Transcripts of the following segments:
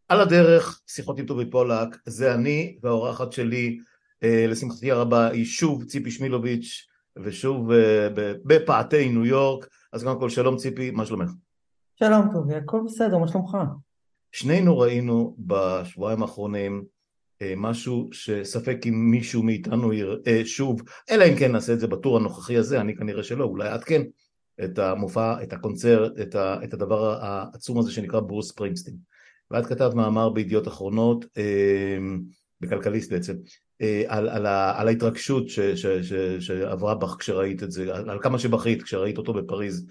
על הדרך, שיחות עם טובי פולק, זה אני והאורחת שלי, לשמחתי הרבה, היא שוב ציפי שמילוביץ', ושוב בפאתי ניו יורק. אז קודם כל, שלום ציפי, מה שלומך? שלום טובי, הכל בסדר, מה שלומך? שנינו ראינו בשבועיים האחרונים משהו שספק אם מישהו מאיתנו יראה שוב, אלא אם כן נעשה את זה בטור הנוכחי הזה, אני כנראה שלא, אולי את כן, את המופע, את הקונצרט, את הדבר העצום הזה שנקרא ברוס ספרינגסטין. ואת כתבת מאמר בידיעות אחרונות, בכלכליסט בעצם, על ההתרגשות שעברה בך כשראית את זה, על כמה שבכית כשראית אותו בפריז,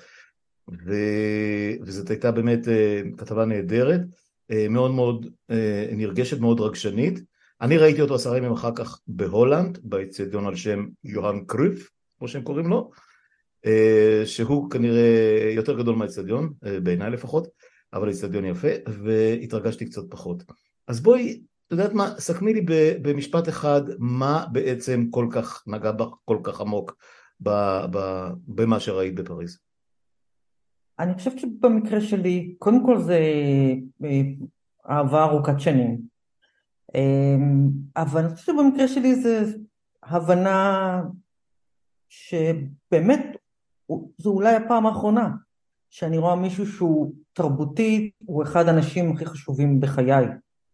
וזאת הייתה באמת כתבה נהדרת, מאוד מאוד נרגשת, מאוד רגשנית. אני ראיתי אותו 10 ימים אחר כך בהולנד, באצטדיון על שם יוהאן קרויף, כמו שהם קוראים לו, שהוא כנראה יותר גדול מהאצטדיון, בעיניי לפחות, אבל אצטדיון יפה, והתרגשתי קצת פחות. אז בואי, את יודעת מה, סכמי לי במשפט אחד, מה בעצם כל כך נגע בך כל כך עמוק במה שראית בפריז. אני חושבת שבמקרה שלי, קודם כל זה אה, אהבה ארוכת שנים, אה, אבל אני חושבת שבמקרה שלי זה הבנה שבאמת זו אולי הפעם האחרונה שאני רואה מישהו שהוא תרבותי, הוא אחד האנשים הכי חשובים בחיי,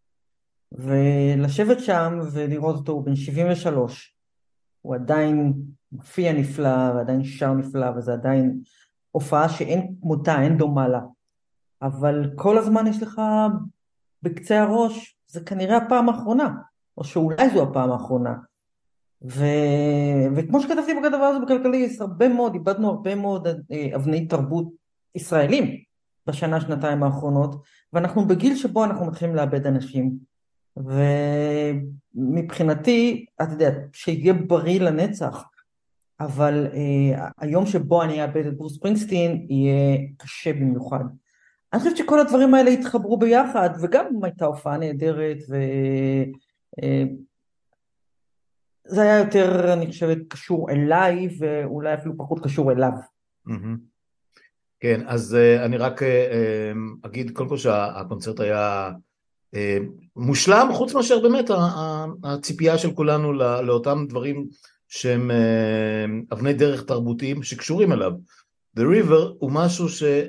ולשבת שם ולראות אותו, הוא בן 73, הוא עדיין מופיע נפלא ועדיין שר נפלא, וזה עדיין הופעה שאין כמותה, אין דומה לה. אבל כל הזמן יש לך בקצה הראש, זה כנראה הפעם האחרונה, או שאולי זו הפעם האחרונה. ו... וכמו שכתבתי בכתבה הזו בכלכליסט, הרבה מאוד, איבדנו הרבה מאוד אבני תרבות ישראלים בשנה, שנתיים האחרונות, ואנחנו בגיל שבו אנחנו מתחילים לאבד אנשים. ומבחינתי, אתה יודע, שיהיה בריא לנצח, אבל היום שבו אני אאבד את ברוס ספרינגסטין יהיה קשה במיוחד. אני חושבת שכל הדברים האלה התחברו ביחד, וגם הייתה הופעה נהדרת, וזה היה יותר, אני חושבת, קשור אליי, ואולי אפילו פחות קשור אליו. מהמם. כן, אז אני רק אגיד קודם כל שהקונצרט היה מושלם, חוץ מאשר באמת הציפייה של כולנו לאותם דברים שהם אבני דרך תרבותיים שקשורים אליו. The River הוא משהו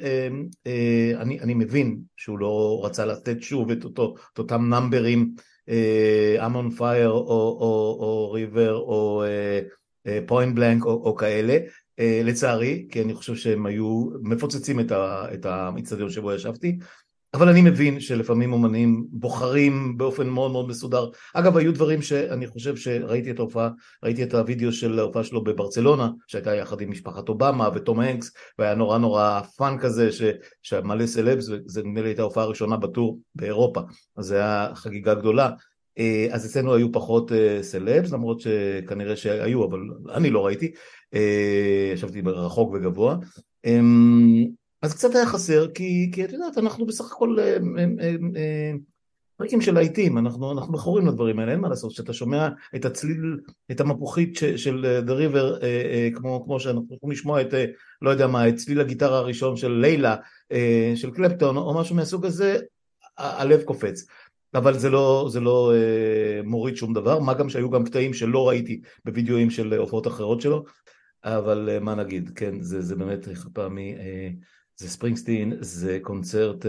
שאני מבין שהוא לא רצה לתת שוב את אותם נאמברים, I'm on fire או River או Point Blank או כאלה, לצערי, כי אני חושב שהם היו מפוצצים את האצטדיון שבו ישבתי, אבל אני מבין שלפעמים אומנים בוחרים באופן מאוד מאוד מסודר. אגב, היו דברים שאני חושב שראיתי את ההופעה, ראיתי את הוידאו של ההופעה שלו בברצלונה, שהייתה יחד עם משפחת אובמה וטום הנקס, והיה נורא נורא פאן כזה, שמלא סלבס, וזה נדמה לי הייתה ההופעה הראשונה בטור באירופה, אז זה היה חגיגה גדולה. אז אצלנו היו פחות סלבס, למרות שכנראה שהיו, אבל אני לא ראיתי, ישבתי רחוק וגבוה. אז קצת היה חסר, כי את יודעת, אנחנו בסך הכל פרקים של להיטים, אנחנו מכורים לדברים האלה, אין מה לעשות, שאתה שומע את הצליל, את המפוחית של The River, כמו שאנחנו יכולים לשמוע את, לא יודע מה, את צליל הגיטרה הראשון של לילה, של קלפטון, או משהו מהסוג הזה, הלב קופץ. אבל זה לא מוריד שום דבר, מה גם שהיו גם קטעים שלא ראיתי בווידאוים של הופעות אחרות שלו, אבל מה נגיד, כן, זה באמת חד פעמי, זה ספרינגסטין, זה קונצרט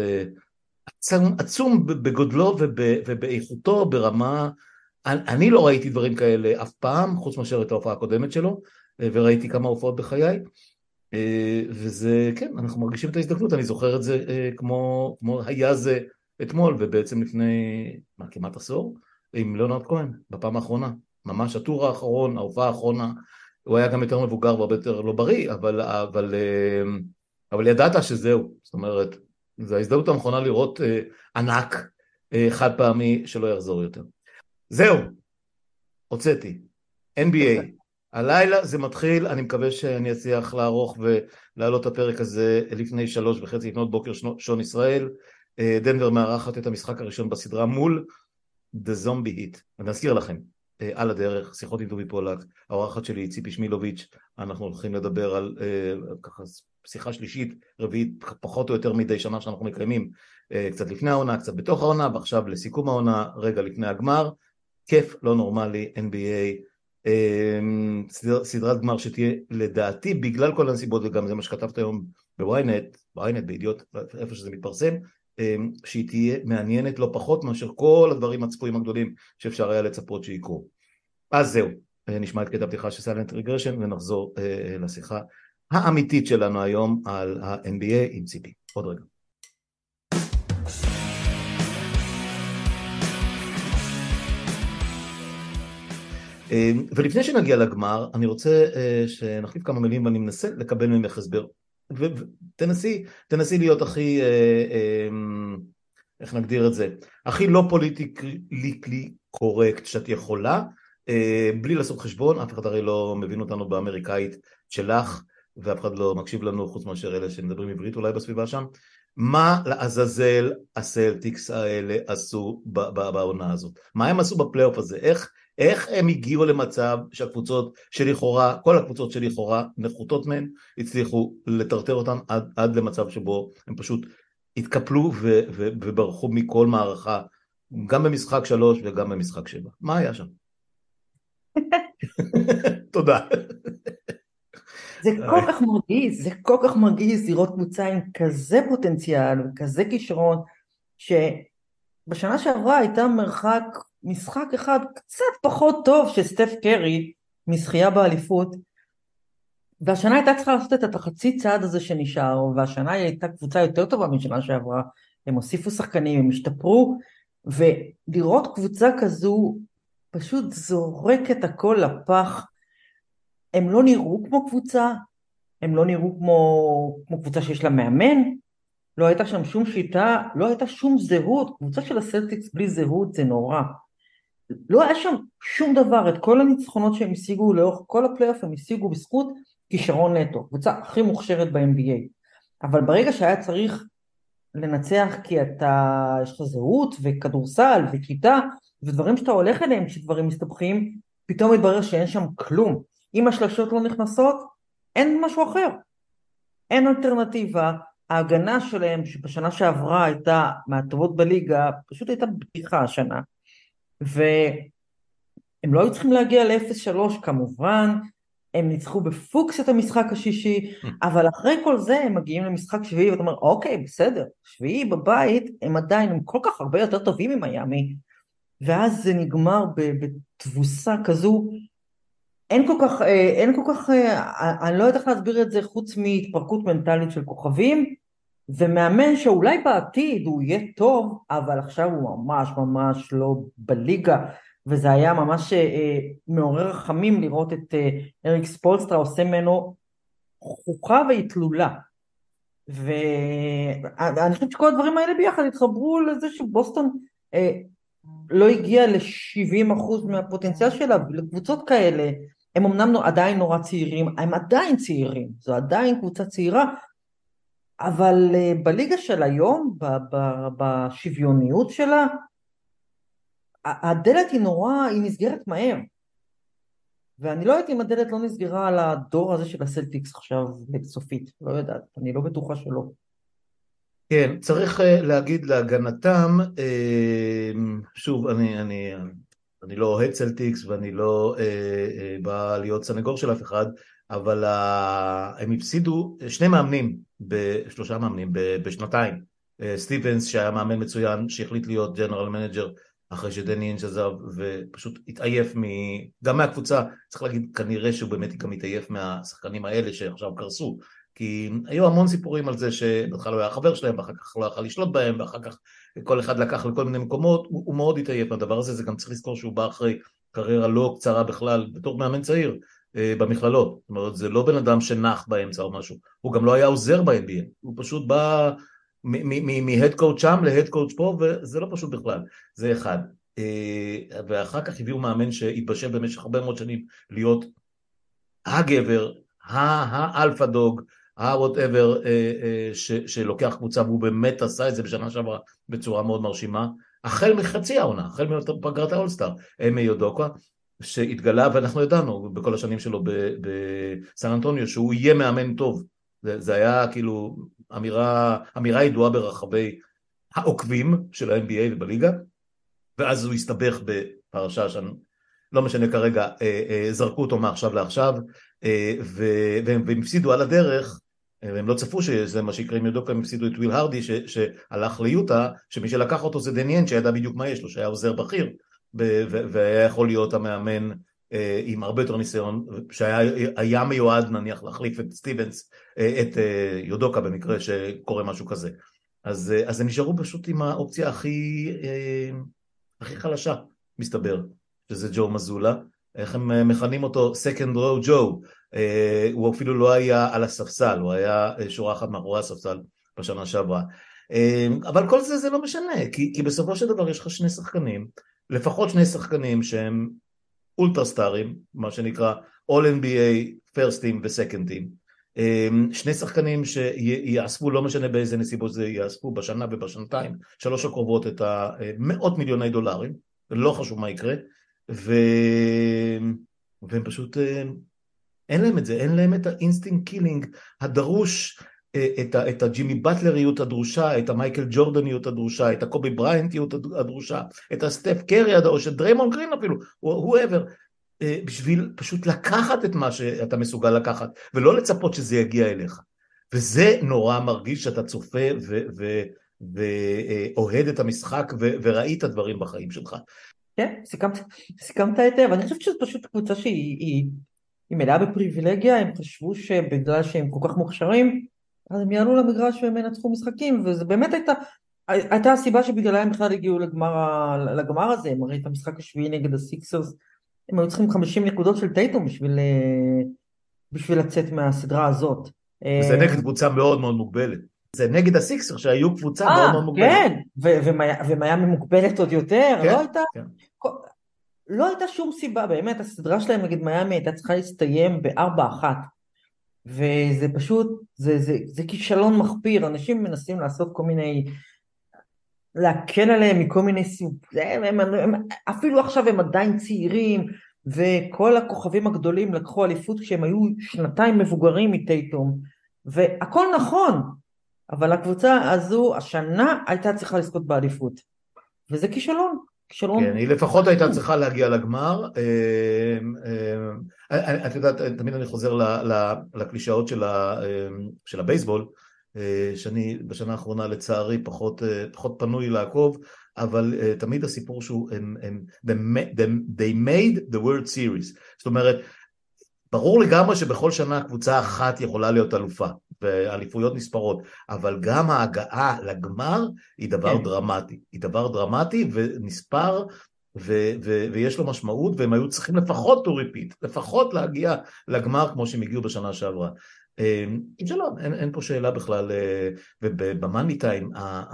עצום בגודלו ובאיכותו, ברמה, אני לא ראיתי דברים כאלה אף פעם, חוץ מאשר את ההופעה הקודמת שלו, וראיתי כמה הופעות בחיי, וזה, כן, אנחנו מרגישים את ההזדקנות, אני זוכר את זה כמו היה זה אתמול, ובעצם לפני, כמעט עשור, עם ליאונרד כהן, בפעם האחרונה, ממש הטור האחרון, ההופעה האחרונה, הוא היה גם יותר מבוגר והרבה יותר לא בריא, אבל ידעת שזהו, זאת אומרת, זו ההזדמנות הנכונה לראות ענק חד פעמי שלא יחזור יותר. זהו, הוצאתי, NBA, הלילה זה מתחיל, אני מקווה שאני אצליח לערוך ולהעלות את הפרק הזה לפני 3:30 לפנות בוקר שעון ישראל. דנבר מארחת את המשחק הראשון בסדרה מול The Zombie Heat, אני אזכיר לכם, על הדרך, שיחות עם דובי פולק, האורחת שלי ציפי שמילוביץ', אנחנו הולכים לדבר על ככה שיחה שלישית, רביעית, פחות או יותר מדי שנה שאנחנו מקיימים, קצת לפני העונה, קצת בתוך העונה, ועכשיו לסיכום העונה, רגע לפני הגמר, כיף לא נורמלי, NBA, סדרת גמר שתהיה לדעתי, בגלל כל הנסיבות, וגם זה מה שכתבת היום בוויינט, בידיעות, איפה שזה מתפרסם, שהיא תהיה מעניינת לא פחות מאשר כל הדברים הצפויים הגדולים שאפשר היה לצפות שיקרו. אז זהו, נשמע את קטע הפתיחה של סיילנט רגרשן ונחזור לשיחה האמיתית שלנו היום על ה-NBA עם ציפי. עוד רגע. ולפני שנגיע לגמר, אני רוצה שנחליף כמה מילים ואני מנסה לקבל ממך הסבר. ותנסי להיות הכי, איך נגדיר את זה, הכי לא פוליטיקלי קורקט שאת יכולה, בלי לעשות חשבון, אף אחד הרי לא מבין אותנו באמריקאית שלך, ואף אחד לא מקשיב לנו חוץ מאשר אלה שמדברים עברית אולי בסביבה שם. מה לעזאזל הסלטיקס האלה עשו בעונה הזאת? מה הם עשו בפלייאוף הזה? איך הם הגיעו למצב שהקבוצות שלכאורה, כל הקבוצות שלכאורה נחותות מהן, הצליחו לטרטר אותן עד למצב שבו הם פשוט התקפלו וברחו מכל מערכה, גם במשחק 3 וגם במשחק 7. מה היה שם? תודה. זה כל כך מרגיז, זה כל כך מרגיז לראות קבוצה עם כזה פוטנציאל וכזה כישרון, שבשנה שעברה הייתה מרחק משחק אחד קצת פחות טוב של סטף קרי מזכייה באליפות, והשנה הייתה צריכה לעשות את החצי צעד הזה שנשאר, והשנה היא הייתה קבוצה יותר טובה משנה שעברה, הם הוסיפו שחקנים, הם השתפרו, ולראות קבוצה כזו פשוט זורק את הכל לפח. הם לא נראו כמו קבוצה, הם לא נראו כמו קבוצה שיש לה מאמן, לא הייתה שם שום שיטה, לא הייתה שום זהות, קבוצה של הסלטיקס בלי זהות זה נורא. לא היה שם שום דבר, את כל הניצחונות שהם השיגו לאורך כל הפלייאוף, הם השיגו בזכות כישרון נטו, קבוצה הכי מוכשרת ב-NBA. אבל ברגע שהיה צריך לנצח כי יש לך זהות וכדורסל וכיתה, ודברים שאתה הולך אליהם כשדברים מסתבכים, פתאום מתברר שאין שם כלום. אם השלשות לא נכנסות, אין משהו אחר. אין אלטרנטיבה. ההגנה שלהם שבשנה שעברה הייתה מהטובות בליגה, פשוט הייתה בדיחה השנה. והם לא היו צריכים להגיע ל-0-3 כמובן, הם ניצחו בפוקס את המשחק השישי, אבל אחרי כל זה הם מגיעים למשחק שביעי, ואתה אומר, אוקיי, בסדר, שביעי בבית, הם עדיין, הם כל כך הרבה יותר טובים ממיימי, ואז זה נגמר בתבוסה כזו, אין כל כך, אני לא יודעת איך להסביר את זה, חוץ מהתפרקות מנטלית של כוכבים, ומאמן שאולי בעתיד הוא יהיה טוב, אבל עכשיו הוא ממש ממש לא בליגה, וזה היה ממש מעורר רחמים לראות את אריק ספולסטרה עושה ממנו חוכה והתלולה. ואני חושבת שכל הדברים האלה ביחד התחברו לזה שבוסטון לא הגיע ל-70% מהפוטנציאל שלה, לקבוצות כאלה, הם אמנם עדיין נורא צעירים, הם עדיין צעירים, זו עדיין קבוצה צעירה, אבל בליגה של היום, בשוויוניות שלה, הדלת היא נסגרת מהר. ואני לא יודעת אם הדלת לא נסגרה על הדור הזה של הסלטיקס עכשיו סופית, לא יודעת, אני לא בטוחה שלא. כן, צריך להגיד להגנתם, שוב, אני לא אוהד סלטיקס ואני לא בא להיות סנגור של אף אחד, אבל הם הפסידו שלושה מאמנים בשנתיים. סטיבנס שהיה מאמן מצוין שהחליט להיות ג'נרל מנג'ר אחרי שדני אינג' עזב ופשוט התעייף גם מהקבוצה, צריך להגיד כנראה שהוא באמת גם התעייף מהשחקנים האלה שעכשיו קרסו, כי היו המון סיפורים על זה שבהתחלה הוא היה חבר שלהם ואחר כך לא יכל לשלוט בהם ואחר כך כל אחד לקח לכל מיני מקומות, הוא מאוד התעייף מהדבר הזה, זה גם צריך לזכור שהוא בא אחרי קריירה לא קצרה בכלל בתור מאמן צעיר במכללות, זאת אומרת זה לא בן אדם שנח באמצע או משהו, הוא גם לא היה עוזר ב-NBA, הוא פשוט בא מהד קואוצ' שם להד קואוצ' פה, וזה לא פשוט בכלל, זה אחד. ואחר כך הביאו מאמן שהתבשל במשך הרבה מאוד שנים להיות הגבר, האלפא דוג, ה-whatever שלוקח קבוצה, והוא באמת עשה את זה בשנה שעברה בצורה מאוד מרשימה, החל מחצי העונה, החל מפגרת האולסטאר, אמי יודוקה, שהתגלה, ואנחנו ידענו בכל השנים שלו בסן אנטוניו, שהוא יהיה מאמן טוב. זה היה כאילו אמירה ידועה ברחבי העוקבים של ה-NBA ובליגה, ואז הוא הסתבך בפרשה לא משנה כרגע, זרקו אותו מעכשיו לעכשיו, והם הפסידו על הדרך, והם לא צפו שזה מה שיקרה עם יודוקה, הם הפסידו את וויל הרדי שהלך ליוטה, שמי שלקח אותו זה דניאן שידע בדיוק מה יש לו, שהיה עוזר בכיר, והיה יכול להיות המאמן עם הרבה יותר ניסיון, שהיה מיועד נניח להחליף את סטיבנס, את יודוקה במקרה שקורה משהו כזה. אז הם נשארו פשוט עם האופציה הכי חלשה, מסתבר, שזה ג'ו מזולה, איך הם מכנים אותו second row ג'ו, הוא אפילו לא היה על הספסל, הוא היה שורה אחת מאחורי הספסל בשנה שעברה. אבל כל זה לא משנה, כי בסופו של דבר יש לך שני שחקנים, לפחות שני שחקנים שהם אולטרסטארים, מה שנקרא All NBA, First Team ו-Second Team. שני שחקנים שיאספו, לא משנה באיזה נסיבות זה יאספו בשנה ובשנתיים, שלוש הקרובות את מאות מיליוני דולרים, לא חשוב מה יקרה, והם פשוט, אין להם את זה, אין להם את האינסטינקט קילינג הדרוש, את הג'ימי בטלריות הדרושה, את המייקל ג'ורדניות הדרושה, את הקובי בריינטיות הדרושה, את הסטף קרי, או שדריימון גרין אפילו, whoever, בשביל פשוט לקחת את מה שאתה מסוגל לקחת, ולא לצפות שזה יגיע אליך. וזה נורא מרגיש שאתה צופה ואוהד את המשחק וראית דברים בחיים שלך. כן, סיכמת היטב. אני חושבת שזו פשוט קבוצה שהיא מלאה בפריבילגיה, הם חשבו שבגלל שהם כל כך מוכשרים, אז הם יעלו למגרש והם ינצחו משחקים, וזה באמת הייתה הסיבה שבגללה הם בכלל הגיעו לגמר הזה. הם הרי את המשחק השביעי נגד הסיקסרס, הם היו צריכים 50 נקודות של טייטום בשביל לצאת מהסדרה הזאת. וזה נגד קבוצה מאוד מאוד מוגבלת. זה נגד הסיקסר שהיו קבוצה מאוד מאוד מוגבלת. כן, ומיאמי מוגבלת עוד יותר, כן. לא הייתה שום סיבה, באמת, הסדרה שלהם נגד מיאמי הייתה צריכה להסתיים ב4-1, וזה פשוט, זה כישלון מחפיר, אנשים מנסים לעשות כל מיני, להקל עליהם מכל מיני סיבות, אפילו עכשיו הם עדיין צעירים, וכל הכוכבים הגדולים לקחו אליפות כשהם היו שנתיים מבוגרים מטייטום, והכל נכון, אבל הקבוצה הזו השנה הייתה צריכה לזכות באליפות, וזה כישלון. כן, היא לפחות הייתה צריכה להגיע לגמר. את יודעת, תמיד אני חוזר לקלישאות של הבייסבול, שאני בשנה האחרונה לצערי פחות פנוי לעקוב, אבל תמיד הסיפור שהוא, they made the World Series. זאת אומרת, ברור לגמרי שבכל שנה קבוצה אחת יכולה להיות אלופה, ואליפויות נספרות, אבל גם ההגעה לגמר היא דבר דרמטי, היא דבר דרמטי ונספר, ויש לו משמעות, והם היו צריכים לפחות to repeat, לפחות להגיע לגמר כמו שהם הגיעו בשנה שעברה. שלום, אין פה שאלה בכלל, ובמאני טיים,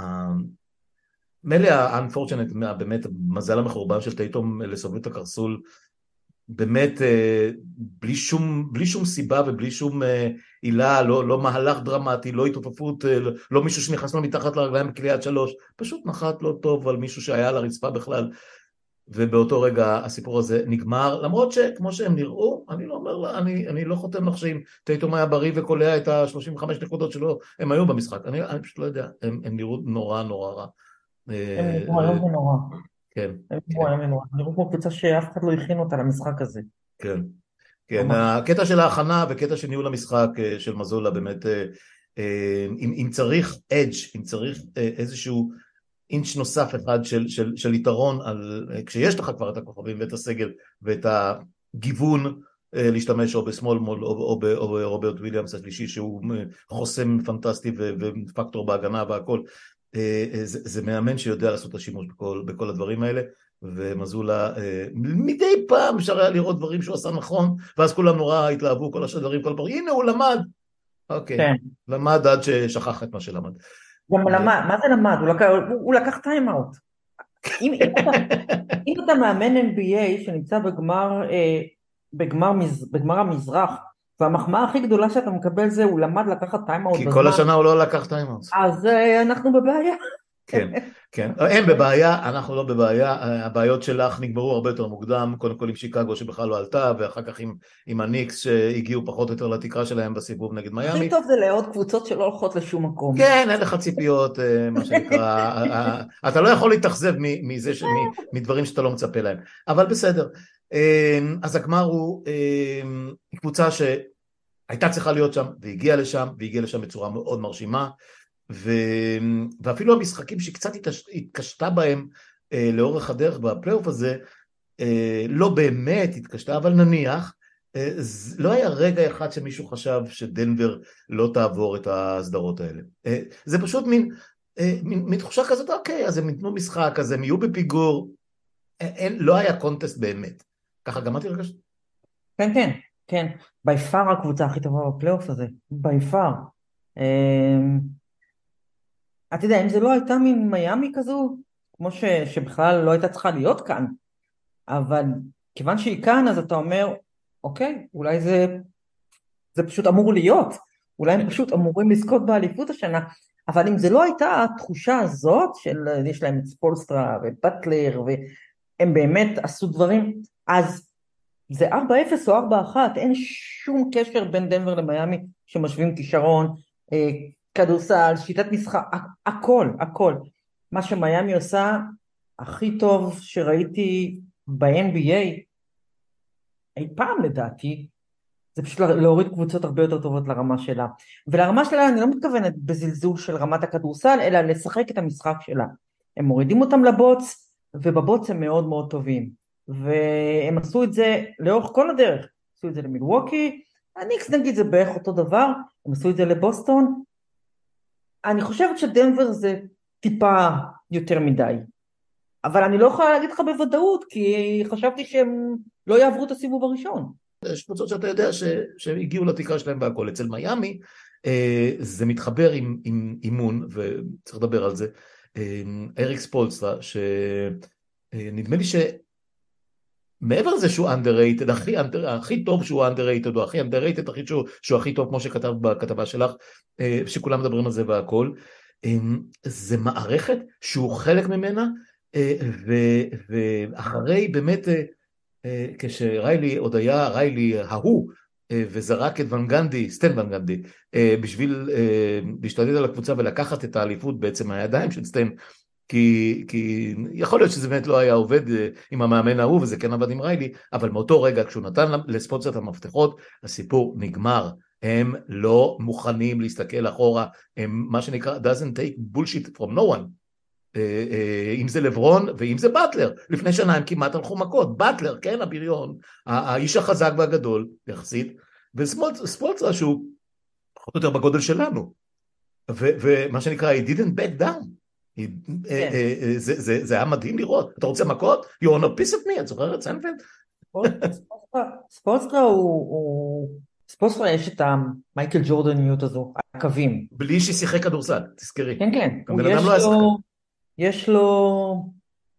מלא ה-unfortunate, באמת מזל המחורבן של טייטום לסובב את הקרסול, באמת בלי שום סיבה ובלי שום עילה, לא מהלך דרמטי, לא התעופפות, לא מישהו שנכנס לו מתחת לרגליים בקליעת 3, פשוט נחת לא טוב על מישהו שהיה על הרצפה בכלל, ובאותו רגע הסיפור הזה נגמר, למרות שכמו שהם נראו, אני לא חותם לך שאם טייטום היה בריא וקולע את ה-35 נקודות שלו, הם היו במשחק, אני פשוט לא יודע, הם נראו נורא נורא רע. הם נראו היום ונורא. כן. נראו כמו קבוצה שאף אחד לא הכין אותה למשחק הזה. כן, כן, הקטע של ההכנה וקטע של ניהול המשחק של מזולה באמת, אם צריך אדג', אם צריך איזשהו אינץ' נוסף אחד של יתרון, כשיש לך כבר את הכוכבים ואת הסגל ואת הגיוון להשתמש או בסמול מול או ברוברט וויליאמס השלישי שהוא חוסם פנטסטי ופקטור בהגנה והכל, זה מאמן שיודע לעשות את השימוש בכל הדברים האלה, ומזולה מדי פעם אפשר היה לראות דברים שהוא עשה נכון, ואז כולם נורא התלהבו, כל השדרים, כל פעם, הנה הוא למד, אוקיי, למד עד ששכח את מה שלמד. גם למד, מה זה למד? הוא לקח טיים-אוט. אם אתה מאמן NBA שנמצא בגמר המזרח, והמחמאה הכי גדולה שאתה מקבל זה, הוא למד לקחת טיים-אוט. כי כל השנה הוא לא לקח טיים-אוט. אז אנחנו בבעיה. כן, כן. הם בבעיה, אנחנו לא בבעיה, הבעיות שלך נגמרו הרבה יותר מוקדם, קודם כל עם שיקגו שבכלל לא עלתה, ואחר כך עם הניקס שהגיעו פחות או יותר לתקרה שלהם בסיבוב נגד הכי מיאמי. טוב זה לעוד קבוצות שלא הולכות לשום מקום. כן, אין לך ציפיות, מה שנקרא, אתה לא יכול להתאכזב מדברים שאתה לא מצפה להם, אבל בסדר. אז הגמר הוא קבוצה שהייתה צריכה להיות שם, והגיעה לשם בצורה מאוד מרשימה, ואפילו המשחקים שקצת התקשתה בהם לאורך הדרך בפלייאוף הזה, לא באמת התקשתה, אבל נניח, לא היה רגע אחד שמישהו חשב שדנבר לא תעבור את הסדרות האלה. זה פשוט מין תחושה כזאת, אוקיי, אז הם ייתנו משחק, אז הם יהיו בפיגור, לא היה קונטסט באמת. ככה גם את הרגשת? כן, כן, כן. ביפר הקבוצה הכי טובה בפלייאוף הזה. ביפר. אתה יודע, אם זה לא הייתה מין מיאמי כזו, כמו שבכלל לא הייתה צריכה להיות כאן, אבל כיוון שהיא כאן, אז אתה אומר, אוקיי, אולי זה פשוט אמור להיות. אולי הם פשוט אמורים לזכות באליפות השנה. אבל אם זה לא הייתה התחושה הזאת, יש להם את ספולסטרה ובטלר, והם באמת עשו דברים, אז זה 4-0 או 4-1, אין שום קשר בין דנבר למיאמי שמשווים כישרון, כדורסל, שיטת משחק, הכל, הכל. מה שמיאמי עושה הכי טוב שראיתי ב-NBA, אי פעם לדעתי, זה פשוט להוריד קבוצות הרבה יותר טובות לרמה שלה. ולרמה שלה אני לא מתכוונת בזלזול של רמת הכדורסל, אלא לשחק את המשחק שלה. הם מורידים אותם לבוץ, ובבוץ הם מאוד מאוד טובים. והם עשו את זה לאורך כל הדרך. עשו את זה למילווקי, הניקס נגיד זה בערך אותו דבר, הם עשו את זה לבוסטון. אני חושבת שדנבר זה טיפה יותר מדי. אבל אני לא יכולה להגיד לך בוודאות, כי חשבתי שהם לא יעברו את הסיבוב הראשון. יש קבוצות שאתה יודע שהגיעו לתקרה שלהם והכל. אצל מיאמי זה מתחבר עם אימון, וצריך לדבר על זה, אריק ספולסטרה, שנדמה לי שמעבר לזה שהוא underrated, הכי טוב שהוא underrated, או הכי underrated, שהוא הכי טוב, כמו שכתב בכתבה שלך, שכולם מדברים על זה והכל, זה מערכת שהוא חלק ממנה, ואחרי באמת, כשריילי עוד היה ריילי ההוא, וזרק את ון גנדי, סטן ון גנדי, בשביל להשתלט על הקבוצה ולקחת את האליפות בעצם מהידיים של סטן, כי יכול להיות שזה באמת לא היה עובד עם המאמן ההוא, וזה כן עבד עם ריילי, אבל מאותו רגע כשהוא נתן לספולסטרה את המפתחות, הסיפור נגמר. הם לא מוכנים להסתכל אחורה, הם מה שנקרא doesn't take bullshit from no one. אם זה לברון ואם זה באטלר, לפני שנה הם כמעט הלכו מכות, באטלר, כן, הבריון, האיש החזק והגדול יחסית, וספולסטרה שהוא פחות או יותר בגודל שלנו, ומה שנקרא he didn't back down, זה היה מדהים לראות. אתה רוצה מכות? You want a piece of me? את זוכרת סנפלד? ספולסטרה ספולסטרה יש את המייקל ג'ורדניות הזו, הקווים. בלי ששיחק כדורסל, תזכרי. כן, כן. גם בן אדם לא היה שחקן. יש לו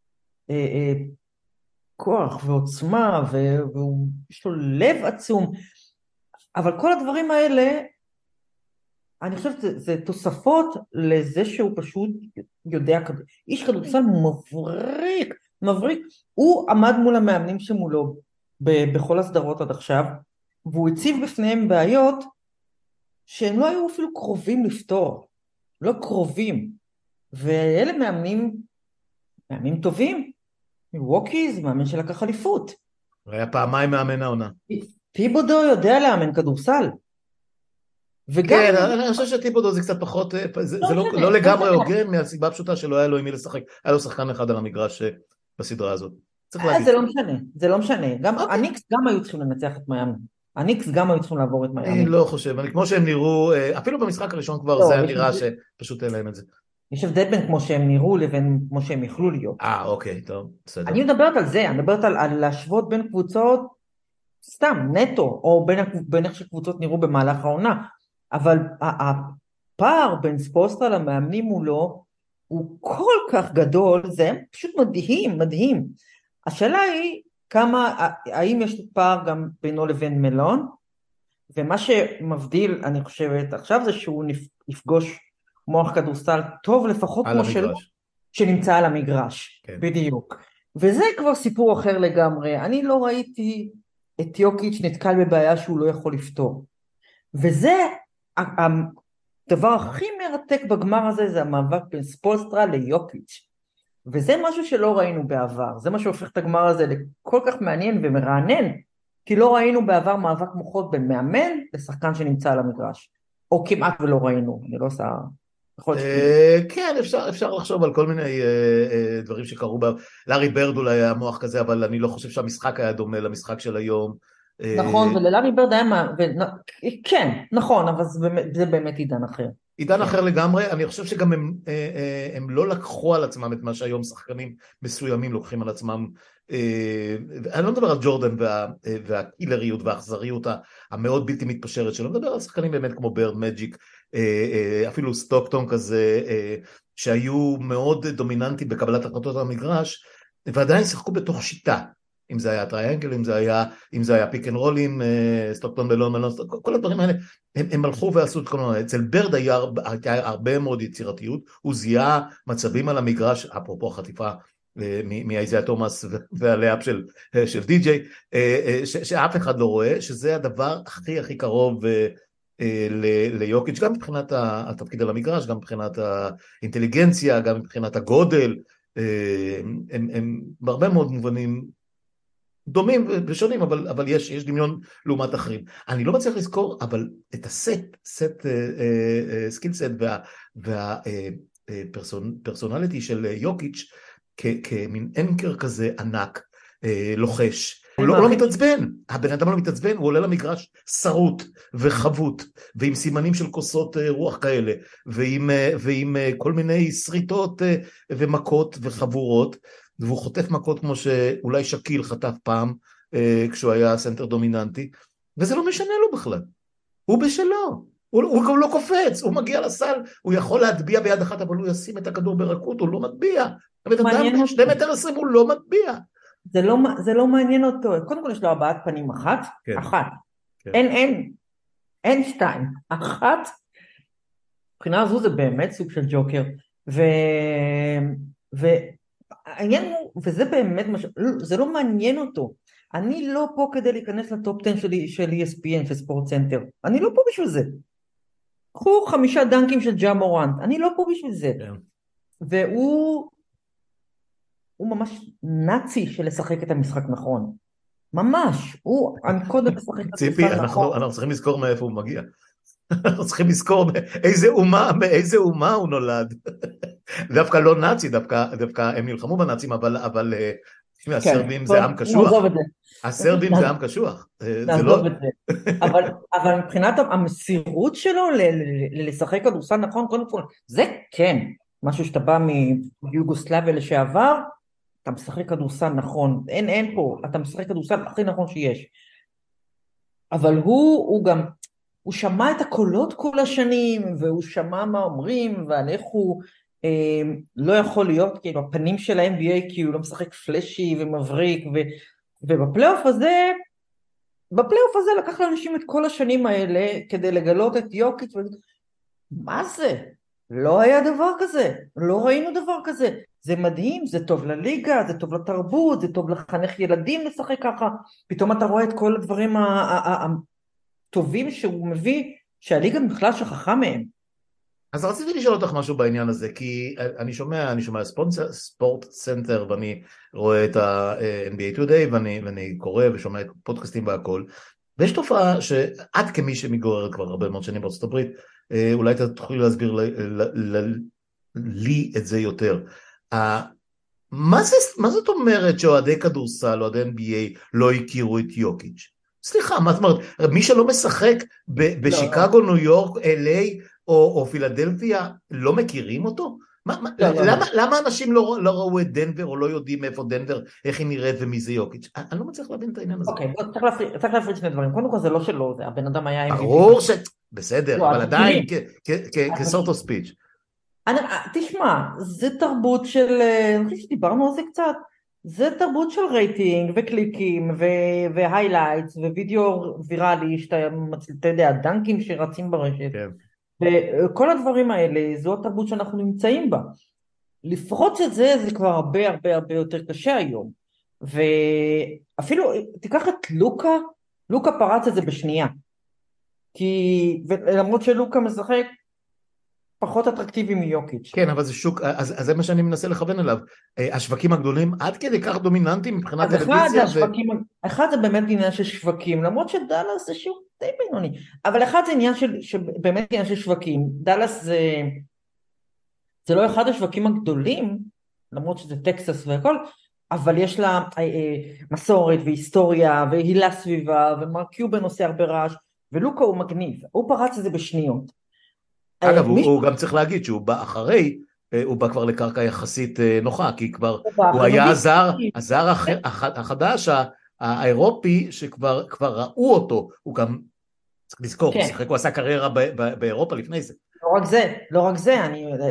כוח ועוצמה, ויש לו לב עצום, אבל כל הדברים האלה, אני חושבת זה תוספות לזה שהוא פשוט יודע, איש כדורסל מבריק, מבריק, הוא עמד מול המאמנים שמולו, בכל הסדרות עד עכשיו, והוא הציב בפניהם בעיות, שהם לא היו אפילו קרובים לפתור, לא קרובים, ואלה מאמנים טובים, מילווקי זה מאמן שלקח אליפות. הוא היה פעמיים מאמן העונה. טיבודו יודע לאמן כדורסל. כן, אני חושב שטיבודו זה קצת פחות, זה לא לגמרי הוגן, מהסיבה הפשוטה שלא היה לו עם מי לשחק, היה לו שחקן אחד על המגרש בסדרה הזאת. זה לא משנה, גם הניקס גם היו צריכים לנצח את מיאמי. הניקס גם היו צריכים לעבור את מיאמי. אני לא חושב, כמו שהם נראו, אפילו במשחק הראשון כבר זה היה נראה שפשוט אין להם את זה. יש הבדל בין כמו שהם נראו לבין כמו שהם יכלו להיות. אוקיי, טוב, בסדר. אני מדברת על זה, אני מדברת על להשוות בין קבוצות, סתם, נטו, או בין איך שקבוצות נראו במהלך העונה, אבל הפער בין ספולסטרה למאמנים מולו, הוא כל כך גדול, זה פשוט מדהים, מדהים. השאלה היא, האם יש פער גם בינו לבין מלון, ומה שמבדיל, אני חושבת, עכשיו זה שהוא יפגוש מוח כדורסל טוב לפחות כמו שלו, שנמצא על המגרש, כן. בדיוק. וזה כבר סיפור אחר לגמרי. אני לא ראיתי את יוקיץ' נתקל בבעיה שהוא לא יכול לפתור. וזה, הדבר הכי מרתק בגמר הזה, זה המאבק בין ספולסטרה ליוקיץ'. וזה משהו שלא ראינו בעבר. זה מה שהופך את הגמר הזה לכל כך מעניין ומרענן, כי לא ראינו בעבר מאבק מוחות בין מאמן לשחקן שנמצא על המגרש. או כמעט ולא ראינו, אני לא עושה... כן, אפשר לחשוב על כל מיני דברים שקרו בה. לארי ברד אולי היה מוח כזה, אבל אני לא חושב שהמשחק היה דומה למשחק של היום. נכון, וללארי ברד היה כן, נכון, אבל זה באמת עידן אחר. עידן כן. אחר לגמרי. אני חושב שגם הם לא לקחו על עצמם את מה שהיום שחקנים מסוימים לוקחים על עצמם. אני לא מדבר על ג'ורדן והקילריות והאכזריות המאוד בלתי מתפשרת שלו, אני מדבר על שחקנים באמת כמו ברד, מג'יק, אפילו סטוקטון כזה, שהיו מאוד דומיננטיים בקבלת החלטות על המגרש, ועדיין שיחקו בתוך שיטה. אם זה היה טריינגל, אם זה היה פיק אנד רולים, סטוקטון בלון, כל הדברים האלה, הם הלכו ועשו את כל מיני. אצל ברד הייתה הרבה מאוד יצירתיות, הוא זיהה מצבים על המגרש, אפרופו חטיפה מאיזיה תומאס והלאפ של די-ג'יי, שאף אחד לא רואה, שזה הדבר הכי הכי קרוב ליוקיץ', גם מבחינת התפקיד על המגרש, גם מבחינת האינטליגנציה, גם מבחינת הגודל, הם בהרבה מאוד מובנים דומים ושונים, אבל יש דמיון לעומת אחרים. אני לא מצליח לזכור, אבל את סקיל סט והפרסונליטי של יוקיץ' כמין אנקר כזה ענק, לוחש. הוא לא מתעצבן, הבן אדם לא מתעצבן, הוא עולה למגרש שרוט וחבוט, ועם סימנים של כוסות רוח כאלה, ועם כל מיני שריטות ומכות וחבורות, והוא חוטף מכות כמו שאולי שקיל חטף פעם, כשהוא היה סנטר דומיננטי, וזה לא משנה לו בכלל. הוא בשלו, הוא גם לא קופץ, הוא מגיע לסל, הוא יכול להטביע ביד אחת, אבל הוא ישים את הכדור ברכות, הוא לא מטביע. אדם 2 מטר 20 הוא לא מטביע. זה לא מעניין אותו. קודם כל יש לו הבעת פנים אחת. כן. אחת. כן. אין שתיים. אחת. מבחינה הזו זה באמת סוג של ג'וקר. העניין הוא, וזה באמת, זה לא מעניין אותו. אני לא פה כדי להיכנס לטופ 10 של ESPN, של ספורט סנטר. אני לא פה בשביל זה. קחו 5 דנקים של ג'ה מורנט. אני לא פה בשביל זה. כן. והוא ממש נאצי של לשחק את המשחק נכון. ממש. אני קודם לשחק את המשחק ציפי, נכון. אנחנו צריכים לזכור מאיפה הוא מגיע. אנחנו צריכים לזכור מאיזה אומה הוא נולד. דווקא לא נאצי, דווקא הם נלחמו בנאצים, אבל הסרבים זה עם קשוח. נעזוב את זה. הסרבים זה עם קשוח. נעזוב את זה. אבל מבחינת המסירות שלו לשחק כדורסל נכון, קודם כל, זה כן. משהו שאתה בא מיוגוסלביה לשעבר, אתה משחק כדורסל נכון. אין פה, אתה משחק כדורסל הכי נכון שיש. אבל הוא גם... הוא שמע את הקולות כל השנים, והוא שמע מה אומרים, ועל איך הוא לא יכול להיות, כאילו, הפנים של ה-NBA, כי הוא לא משחק פלשי ומבריק, ובפלייאוף הזה, לקח לאנשים את כל השנים האלה, כדי לגלות את יוקיץ' מה זה? לא היה דבר כזה, לא ראינו דבר כזה, זה מדהים, זה טוב לליגה, זה טוב לתרבות, זה טוב לחנך ילדים לשחק ככה, פתאום אתה רואה את כל הדברים טובים שהוא מביא, שהליגה בכלל שכחה מהם. אז רציתי לשאול אותך משהו בעניין הזה, כי אני שומע ספורט סנטר, ואני רואה את ה-NBA Today, ואני קורא ושומע את פודקאסטים והכל, ויש תופעה שאת כמי שמתגוררת כבר הרבה מאוד שנים בארצות הברית, אולי תוכלי להסביר לי את זה יותר. מה זאת אומרת שאוהדי כדורסל, אוהדי NBA, לא הכירו את יוקיץ'? סליחה, מה זאת אומרת? מי שלא משחק בשיקגו, ניו יורק, LA או פילדלפיה, לא מכירים אותו? למה אנשים לא ראו את דנבר או לא יודעים איפה דנבר, איך היא נראית ומי זה יוקיץ'? אני לא מצליח להבין את העניין הזה. אוקיי, צריך להפריד שני דברים. קודם כל זה לא שלו, זה הבן אדם היה... ברור בסדר, אבל עדיין כסורט אוף ספיץ'. תשמע, זה תרבות של... אני חושב שדיברנו על זה קצת. זה תרבות של רייטינג וקליקים והיילייטס ווידאו ויראלי, שאתה יודע, דנקים שרצים ברשת. וכל הדברים האלה, זו התרבות שאנחנו נמצאים בה. לפרוץ את זה, זה כבר הרבה הרבה הרבה יותר קשה היום. ואפילו, תיקח את לוקה, לוקה פרץ את זה בשנייה. למרות שלוקה משחק פחות אטרקטיבי מיוקיץ'. כן, אבל זה שוק, אז זה מה שאני מנסה לכוון אליו. השווקים הגדולים עד כדי כך דומיננטיים מבחינת אז טלוויזיה אחד זה באמת עניין של שווקים, למרות שדלס זה שוק די בינוני, אבל אחד זה עניין באמת עניין של שווקים. דלס זה לא אחד השווקים הגדולים, למרות שזה טקסס והכל, אבל יש לה מסורת והיסטוריה והילה סביבה, ומרק קיובן עושה הרבה רעש, ולוקה הוא מגניב, הוא פרץ את זה בשניות. אגב, הוא גם צריך להגיד שהוא בא אחרי, הוא בא כבר לקרקע יחסית נוחה, כי כבר הוא היה הזר החדש, האירופי, שכבר ראו אותו, הוא גם, צריך לזכור, הוא עשה קריירה באירופה לפני זה. לא רק זה,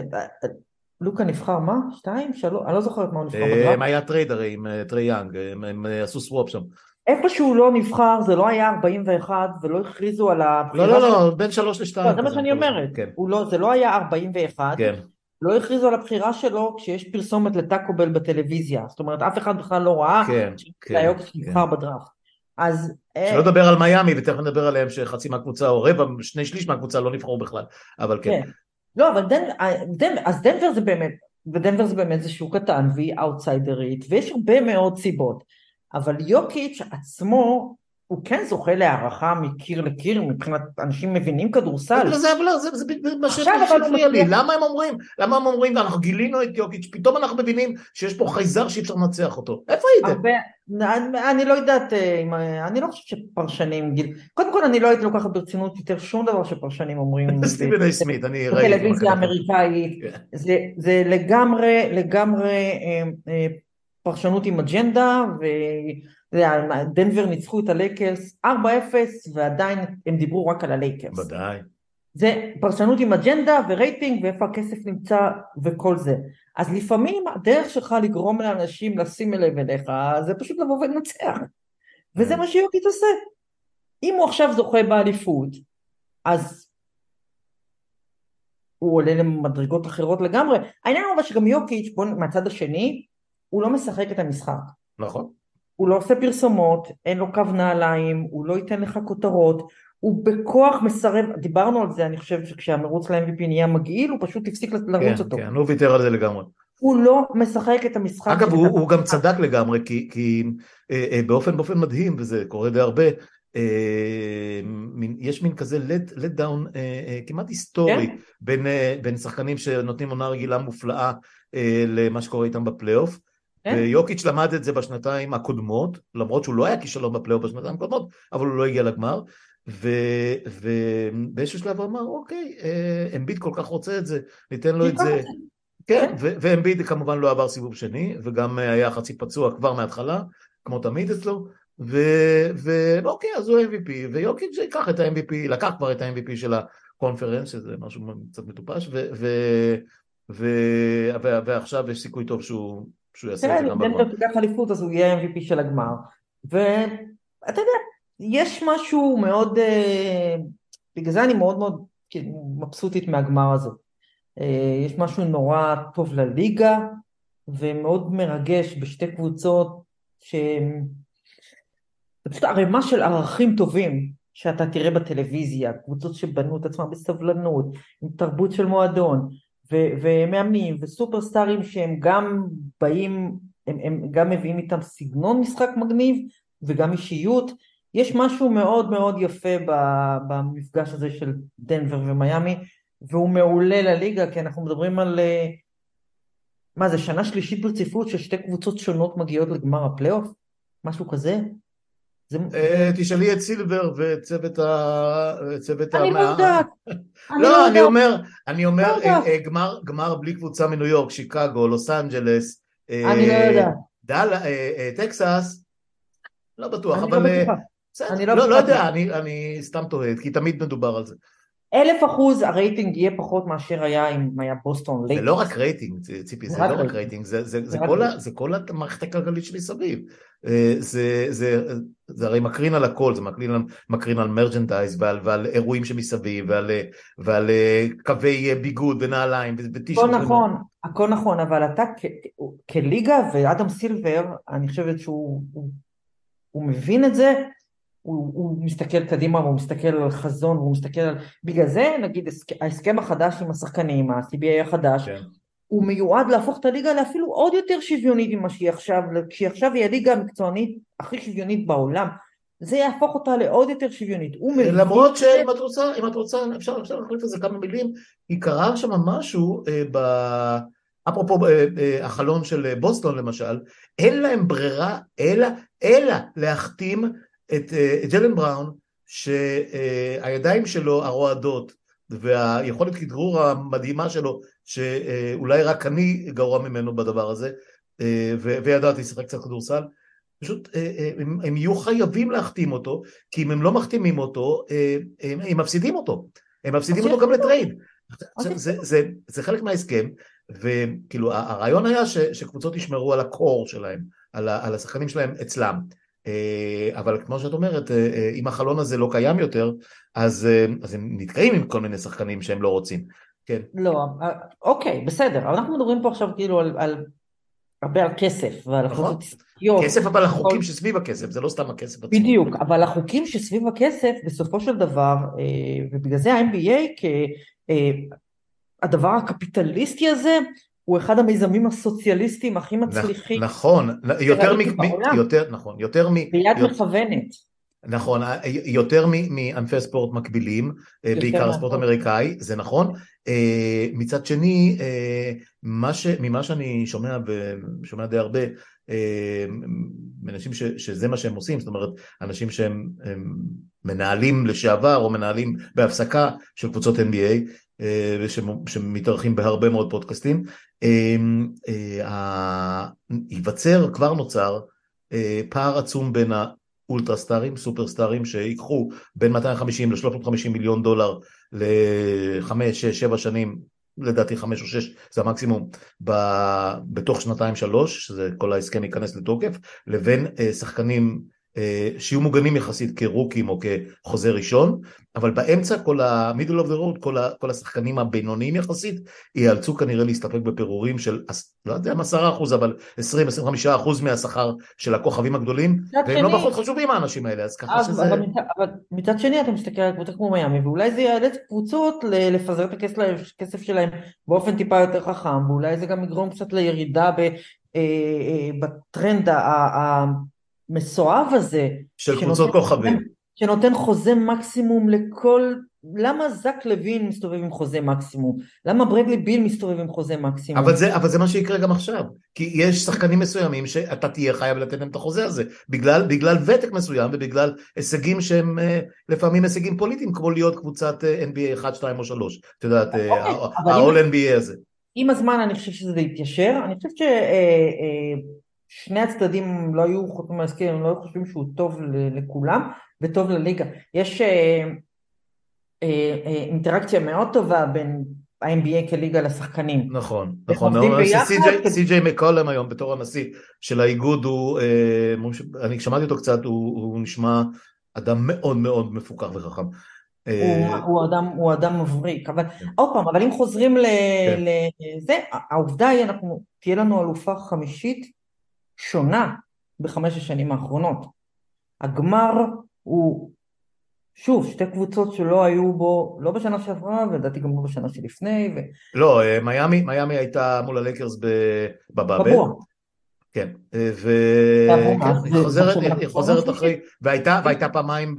לוקה נבחר מה? 2, 3, אני לא זוכרת מה הוא נבחר בדראפט. הם היה טרייד הרי עם טרי יאנג, הם עשו סוואפ שם. איפה שהוא לא נבחר, זה לא היה 41, ולא הכריזו על הבחירה של... לא, בין 3 ל-2. זה מה שאני אומרת. זה לא היה 41, לא הכריזו על הבחירה שלו כשיש פרסומת לטאקובל בטלוויזיה. זאת אומרת, אף אחד בכלל לא ראה שהיוקס נבחר בדראפט. אז... שלא לדבר על מיאמי, ותכף נדבר עליהם שחצי מהקבוצה, או רבע, 2/3 מהקבוצה לא נבחרו בכלל. אבל כן. לא, אבל אז דנבר זה באמת, ודנבר זה באמת זה שוק קטן, והיא אאוטסיידרית, ויש הרבה מאוד סיבות. אבל יוקיץ' עצמו, הוא כן זוכה להערכה מקיר לקיר, מבחינת אנשים מבינים כדורסל. זה מה שמפריע לי. למה הם אומרים, אנחנו גילינו את יוקיץ', פתאום אנחנו מבינים שיש פה חייזר שאי אפשר לנצח אותו. איפה הייתם? אני לא יודעת, אני לא חושבת שפרשנים, קודם כל אני לא הייתי לוקחת ברצינות יותר שום דבר שפרשנים אומרים. סטיבן איי סמית, אני ראיתי. בטלוויזיה האמריקאית, זה לגמרי פרשנות עם אג'נדה, ודנבר ניצחו את הלייקרס 4-0, ועדיין הם דיברו רק על הלייקרס. ודאי. זה פרשנות עם אג'נדה ורייטינג, ואיפה הכסף נמצא וכל זה. אז לפעמים הדרך שלך לגרום לאנשים לשים אליו אליך, זה פשוט לבוא ולנצח. וזה מה שיוקיץ' עושה. אם הוא עכשיו זוכה באליפות, אז הוא עולה למדרגות אחרות לגמרי. העניין הוא שגם יוקיץ' מהצד השני, הוא לא משחק את המשחק. נכון. הוא לא עושה פרסומות, אין לו קו נעליים, הוא לא ייתן לך כותרות, הוא בכוח מסרב, דיברנו על זה, אני חושב שכשהמרוץ ל-MVP נהיה מגעיל, הוא פשוט הפסיק לרוץ אותו. כן, הוא ויתר על זה לגמרי. הוא לא משחק את המשחק. אגב, הוא גם צדק לגמרי, כי באופן מדהים, וזה קורה די הרבה, יש מין כזה let down כמעט היסטורי, בין שחקנים שנותנים עונה רגילה מופלאה, למה שקורה איתם בפלייאוף, ויוקיץ' למד את זה בשנתיים הקודמות, למרות שהוא לא היה כישלון בפלייאוף בשנתיים הקודמות, אבל הוא לא הגיע לגמר, ובאיזשהו שלב הוא אמר, אוקיי, אמביד כל כך רוצה את זה, ניתן לו את זה, כן, ואמביד כמובן לא עבר סיבוב שני, וגם היה חצי פצוע כבר מההתחלה, כמו תמיד אצלו, ואוקיי, אז הוא MVP, ויוקיץ' ייקח את ה-MVP, לקח כבר את ה-MVP של הקונפרנס, שזה משהו קצת מטופש, ועכשיו יש סיכוי טוב שהוא יעשה את זה גם בגמר. אם דנבר תיקח אליפות, אז הוא יהיה MVP של הגמר. ואתה יודע, יש משהו מאוד, בגלל זה אני מאוד מאוד מבסוטית מהגמר הזה. יש משהו נורא טוב לליגה, ומאוד מרגש בשתי קבוצות, זה פשוט ערימה של ערכים טובים, שאתה תראה בטלוויזיה, קבוצות שבנו את עצמם בסבלנות, עם תרבות של מועדון, ומאמנים וסופרסטארים שהם גם באים, הם גם מביאים איתם סגנון משחק מגניב וגם אישיות. יש משהו מאוד מאוד יפה במפגש הזה של דנבר ומיימי, והוא מעולה לליגה, כי אנחנו מדברים על מה זה, שנה שלישית ברציפות ששתי קבוצות שונות מגיעות לגמר הפלייאוף, משהו כזה. תשאלי את סילבר וצוות אני לא יודעת. לא, אני אומר גמר בלי קבוצה מניו יורק, שיקגו, לוס אנג'לס, אני לא יודעת. טקסס, לא בטוח, אני אבל לא בטוחה. לא יודע, אני סתם תוהה, כי תמיד מדובר על זה. 1,000% הרייטינג יהיה פחות מאשר היה אם היה בוסטון זה לא לייקרס. רק רייטינג, ציפי, זה זה רק לא רק רייטינג. רייטינג, זה רק רייטינג. זה כל המערכת הכלכלית שמסביב. זה הרי מקרין על הכל, זה מקרין על מרצ'נדייז ועל אירועים שמסביב ועל קווי ביגוד ונעליים הכל וטישרט. נכון, הכל נכון, אבל אתה כליגה, ואדם סילבר, אני חושבת הוא מבין את זה, הוא מסתכל קדימה, הוא מסתכל על חזון, הוא מסתכל על... בגלל זה, נגיד, ההסכם החדש עם השחקנים, ה-CBA החדש, כן. הוא מיועד להפוך את הליגה לאפילו עוד יותר שוויונית ממה שהיא עכשיו, כשהיא עכשיו היא הליגה המקצוענית הכי שוויונית בעולם, זה יהפוך אותה לעוד יותר שוויונית. הוא מבין... למרות שאם את רוצה, אפשר להחליף את זה כמה מילים, היא קרה שם משהו, אפרופו החלון של בוסטון למשל, אין להם ברירה אלא להחתים את ג'לן בראון, שהידיים שלו הרועדות, והיכולת כדרור המדהימה שלו, שאולי רק אני גרוע ממנו בדבר הזה, וידעתי לשחק קצת כדורסל, פשוט הם יהיו חייבים להחתים אותו, כי אם הם לא מחתימים אותו, הם מפסידים אותו. הם מפסידים אותו גם לטרייד. זה חלק מההסכם, וכאילו הרעיון היה שקבוצות ישמרו על הקור שלהם, על השחקנים שלהם אצלם. אבל כמו שאת אומרת, אם החלון הזה לא קיים יותר, אז הם נתקעים עם כל מיני שחקנים שהם לא רוצים. כן. לא, אוקיי, בסדר. אבל אנחנו מדברים פה עכשיו כאילו על הרבה על כסף, ועל נכון. החלטות עסקיות. כסף, אבל החוקים שסביב הכסף, זה לא סתם הכסף עצמו. בדיוק, אבל החוקים שסביב הכסף, בסופו של דבר, ובגלל זה ה-NBA, הדבר הקפיטליסטי הזה, הוא אחד המיזמים הסוציאליסטיים הכי מצליחים. נכון, יותר ביד מכוונת. נכון, יותר מענפי ספורט מקבילים, בעיקר הספורט האמריקאי, זה נכון. מצד שני, ממה שאני שומע די הרבה, אנשים שזה מה שהם עושים, זאת אומרת, אנשים שהם מנהלים לשעבר, או מנהלים בהפסקה של קבוצות NBA, שמתארחים בהרבה מאוד פודקאסטים, כבר נוצר פער עצום בין אולטרה סטארים, סופר סטארים, שיקחו בין 250 ל-350 מיליון דולר ל-5, 6, 7 שנים, לדעתי 5 או 6, זה המקסימום, בתוך 2-3, שזה כל ההסכם ייכנס לתוקף, לבין שחקנים שיהיו מוגנים יחסית כרוקים או כחוזה ראשון, אבל באמצע כל ה-middle of the road, כל השחקנים הבינוניים יחסית, ייאלצו כנראה להסתפק בפירורים של, לא יודע, 10%, אבל 20-25% מהשכר של הכוכבים הגדולים, והם לא פחות חשובים האנשים האלה, אז ככה שזה... אבל מצד שני אתה מסתכל על קבוצה כמו מיאמי, ואולי זה יאלץ קבוצות לפזר את הכסף שלהם באופן טיפה יותר חכם, ואולי זה גם יגרום קצת לירידה בטרנד המסואב הזה, של קבוצות כוכבים. שנותן חוזה מקסימום לכל... למה זק לוין מסתובב עם חוזה מקסימום? למה ברדלי ביל מסתובב עם חוזה מקסימום? אבל זה מה שיקרה גם עכשיו, כי יש שחקנים מסוימים שאתה תהיה חייב לתת להם את החוזה הזה, בגלל ותק מסוים ובגלל הישגים שהם לפעמים הישגים פוליטיים, כמו להיות קבוצת NBA 1, 2 או 3, אתה יודעת, ה-All NBA הזה. עם הזמן אני חושב שזה יתיישר, אני חושב ששני הצדדים לא היו חותמים להסכם, הם לא היו חושבים שהוא טוב לכולם וטוב לליגה. יש אינטראקציה מאוד טובה בין ה-NBA כליגה לשחקנים. נכון. סי.ג'יי מקולם היום בתור הנשיא של האיגוד, אני שמעתי אותו קצת, הוא נשמע אדם מאוד מאוד מפוקח וחכם. הוא אדם מבריק, אבל עוד פעם, אבל אם חוזרים לזה, העובדה היא, תהיה לנו אלופה חמישית שונה ב5 השנים האחרונות. הגמר הוא שוב, שתי קבוצות שלא היו בו, לא בשנה שעברה, ולדעתי גם לא בשנה שלפני. לא, מיאמי הייתה מול הלייקרס בבאבל. כן, והיא חוזרת אחרי, והייתה פעמיים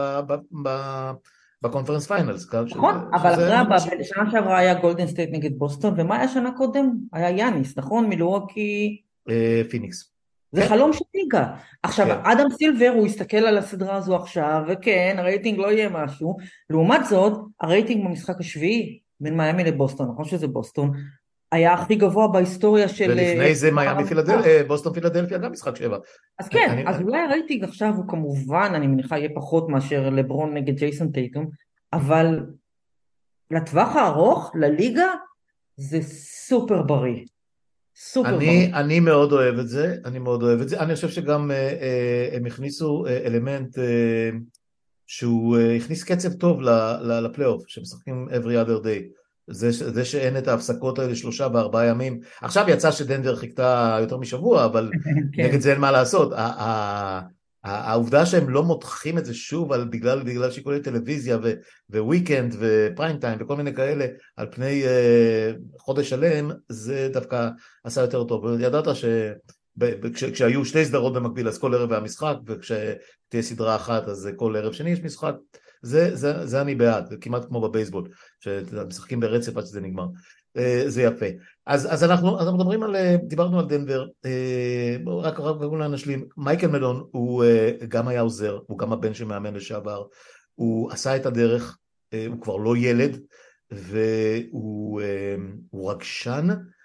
בקונפרנס פיינלס. נכון, אבל אחרי, שנה שעברה היה גולדן סטייט נגד בוסטון, ומה היה שנה קודם? היה יאניס, נכון? מילווקי... פיניקס. זה חלום של ליגה. עכשיו, אדם סילבר, הוא הסתכל על הסדרה הזו עכשיו, וכן, הרייטינג לא יהיה משהו. לעומת זאת, הרייטינג במשחק השביעי, בין מיאמי לבוסטון, נכון שזה בוסטון, היה הכי גבוה בהיסטוריה של... ולפני זה בוסטון פילדלפיה, גם משחק 7. אז כן, אז אולי הרייטינג עכשיו הוא כמובן, אני מניחה, יהיה פחות מאשר לברון נגד ג'ייסון טייטום, אבל לטווח הארוך, לליגה, זה סופר בריא. סופר בריא. אני מאוד אוהב את זה, אני מאוד אוהב את זה. אני חושב שגם הם הכניסו אלמנט שהוא הכניס קצב טוב לפלייאוף, שמשחקים every other day. זה שאין את ההפסקות האלה 3 ו4 ימים. עכשיו יצא שדנבר חיכתה יותר משבוע, אבל כן. נגד זה אין מה לעשות. העובדה שהם לא מותחים את זה שוב בגלל שיקולי טלוויזיה וויקנד ופריים טיים וכל מיני כאלה על פני חודש שלם, זה דווקא עשה יותר טוב. ידעת כשהיו 2 סדרות במקביל אז כל ערב היה משחק, וכשתהיה סדרה אחת אז כל ערב שני יש משחק. זה אני בעד, זה כמעט כמו בבייסבול, שמשחקים ברצף עד שזה נגמר. זה יפה. אז אנחנו מדברים דיברנו על דנבר, רק אולי נשלים. מייקל מלון הוא גם היה עוזר, הוא גם הבן של מאמן לשעבר, הוא עשה את הדרך, הוא כבר לא ילד, והוא רגשן,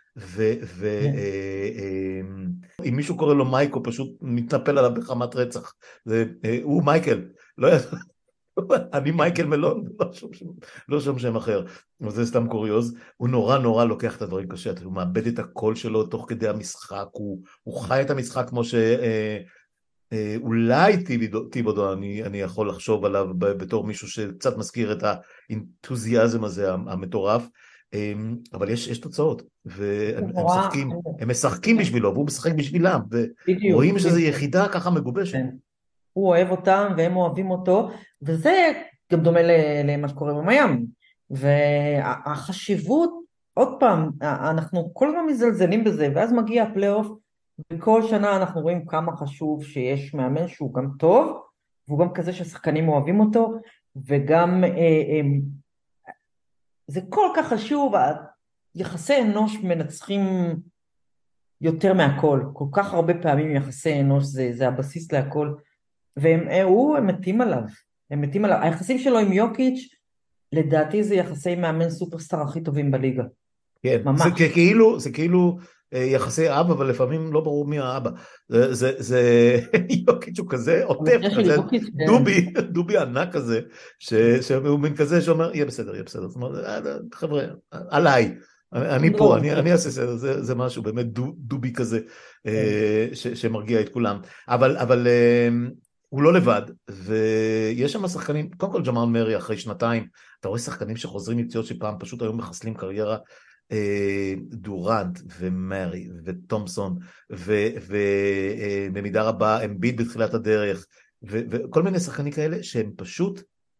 אם מישהו קורא לו מייק, הוא פשוט מתנפל עליו בחמת רצח. הוא מייקל, לא יודע. אני מייקל מלון, לא שום שם אחר, זה סתם קוריוז. הוא נורא לוקח את הדברים קשה, הוא מאבד את הקול שלו תוך כדי המשחק, הוא חי את המשחק כמו שאולי טיבודו אני יכול לחשוב עליו בתור מישהו שקצת מזכיר את האנתוזיאזם הזה המטורף, אבל יש תוצאות, והם משחקים בשבילו, והוא משחק בשבילם, ורואים שזו יחידה ככה מגובשת. הוא אוהב אותם והם אוהבים אותו, וזה גם דומה למה שקורה במיאמי. והחשיבות, עוד פעם, אנחנו כל הזמן מזלזלים בזה, ואז מגיע הפלייאוף, וכל שנה אנחנו רואים כמה חשוב שיש מאמן שהוא גם טוב, והוא גם כזה שהשחקנים אוהבים אותו, וגם זה כל כך חשוב, יחסי אנוש מנצחים יותר מהכל, כל כך הרבה פעמים יחסי אנוש זה הבסיס להכל, והם מתים עליו, היחסים שלו עם יוקיץ', לדעתי זה יחסי מאמן סופרסטאר הכי טובים בליגה. כן, ממש. זה כאילו יחסי אבא, אבל לפעמים לא ברור מי האבא. זה יוקיץ' הוא כזה עוטף, כזה דובי ענק כזה, שהוא מין כזה שאומר, יהיה בסדר. זאת אומרת, חבר'ה, עליי, אני פה, אני אעשה סדר, זה משהו באמת דובי כזה, שמרגיע את כולם. אבל הוא לא לבד, ויש שם שחקנים, קודם כל ג'מאל מרי אחרי 2 אתה רואה שחקנים שחוזרים מפציעות שפעם פשוט היו מחסלים קריירה, דורנט ומרי וטומפסון, ובמידה רבה אמביד בתחילת הדרך, וכל מיני שחקנים כאלה שהם פשוט,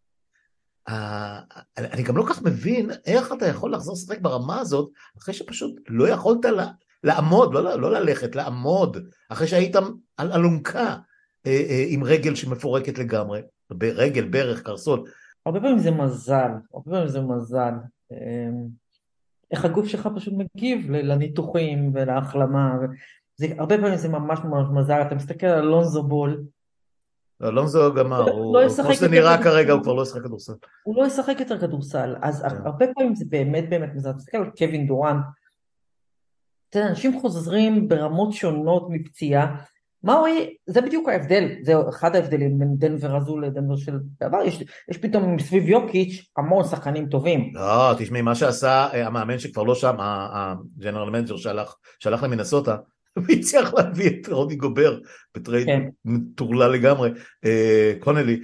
אני גם לא כך מבין איך אתה יכול לחזור לשחק ברמה הזאת, אחרי שפשוט לא יכולת לעמוד, לא ללכת, לעמוד, אחרי שהיית על אלונקה, עם רגל שמפורקת לגמרי, ברך, קרסול. הרבה פעמים זה מזל, איך הגוף שלך פשוט מגיב לניתוחים ולהחלמה, הרבה פעמים זה ממש מזל, אתה מסתכל על אלונזו בול, אלונזו גמר, כמו שזה נראה כרגע, הוא כבר לא ישחק כדורסל. הוא לא ישחק יותר כדורסל, אז הרבה פעמים זה באמת מזל, אתה מסתכל על קווין דורנט, אנשים חוזרים ברמות שונות מפציעה, זה בדיוק ההבדל, זה אחד ההבדלים בין דנבר הזו לדנבר של בעבר, יש פתאום מסביב יוקיץ' המון שחקנים טובים. לא, תשמעי, מה שעשה המאמן שכבר לא שם, הג'נרל מנג'ר שהלך למינסוטה, והצליח להביא את רודי גובר, בטרייד טורלה לגמרי, קונלי,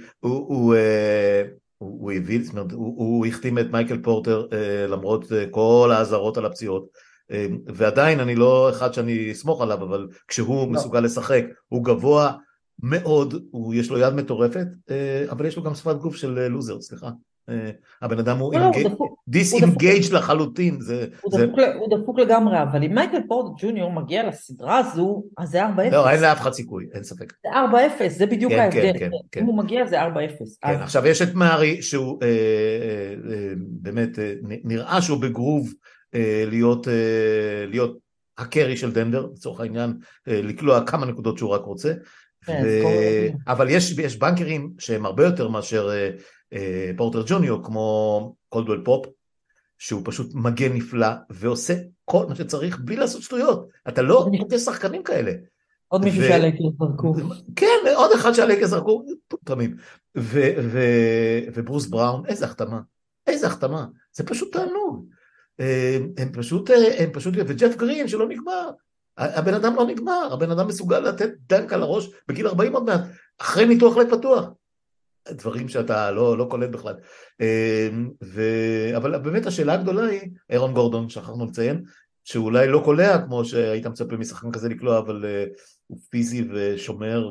הוא הביא, זאת אומרת, הוא החתים את מייקל פורטר, למרות כל האזהרות על הפציעות, ועדיין אני לא אחד שאני אסמוך עליו, אבל כשהוא מסוגל לשחק, הוא גבוה מאוד, יש לו יד מטורפת, אבל יש לו גם שפת גוף של לוזר, סליחה. הבן אדם הוא דיסאינגייג' לחלוטין. הוא דפוק לגמרי, אבל אם מייקל פורטר ג'וניור מגיע לסדרה הזו, אז זה 4-0. לא, אין לאף אחד סיכוי, אין ספק. זה 4-0, זה בדיוק ההבדל. אם הוא מגיע זה 4-0. כן, עכשיו יש את מארי, שהוא באמת נראה שהוא בגרוב, להיות הקרי של דנבר, לצורך העניין, לקלוע כמה נקודות שהוא רק רוצה, אבל יש בנקרים שהם הרבה יותר מאשר פורטר ג'וניור, כמו קולדוול פופ, שהוא פשוט מגן נפלא, ועושה כל מה שצריך בלי לעשות שטויות. אתה לא רוצה שחקנים כאלה. עוד מישהו שהלקר זרקו. כן, עוד אחד שהלקר זרקו, תמיד. וברוס בראון, איזה החתמה. איזה החתמה, זה פשוט תענוג. הם פשוט, וג'ף גרין שלא נגמר, הבן אדם לא נגמר, הבן אדם מסוגל לתת דנק על הראש בגיל 40 עוד מעט, אחרי ניתוח לב פתוח. דברים שאתה לא קולט בכלל. אבל באמת השאלה הגדולה היא, אירון גורדון, שכחנו לציין, שאולי לא קולע כמו שהיית מצפה משחקן כזה לקלוע, אבל הוא פיזי ושומר,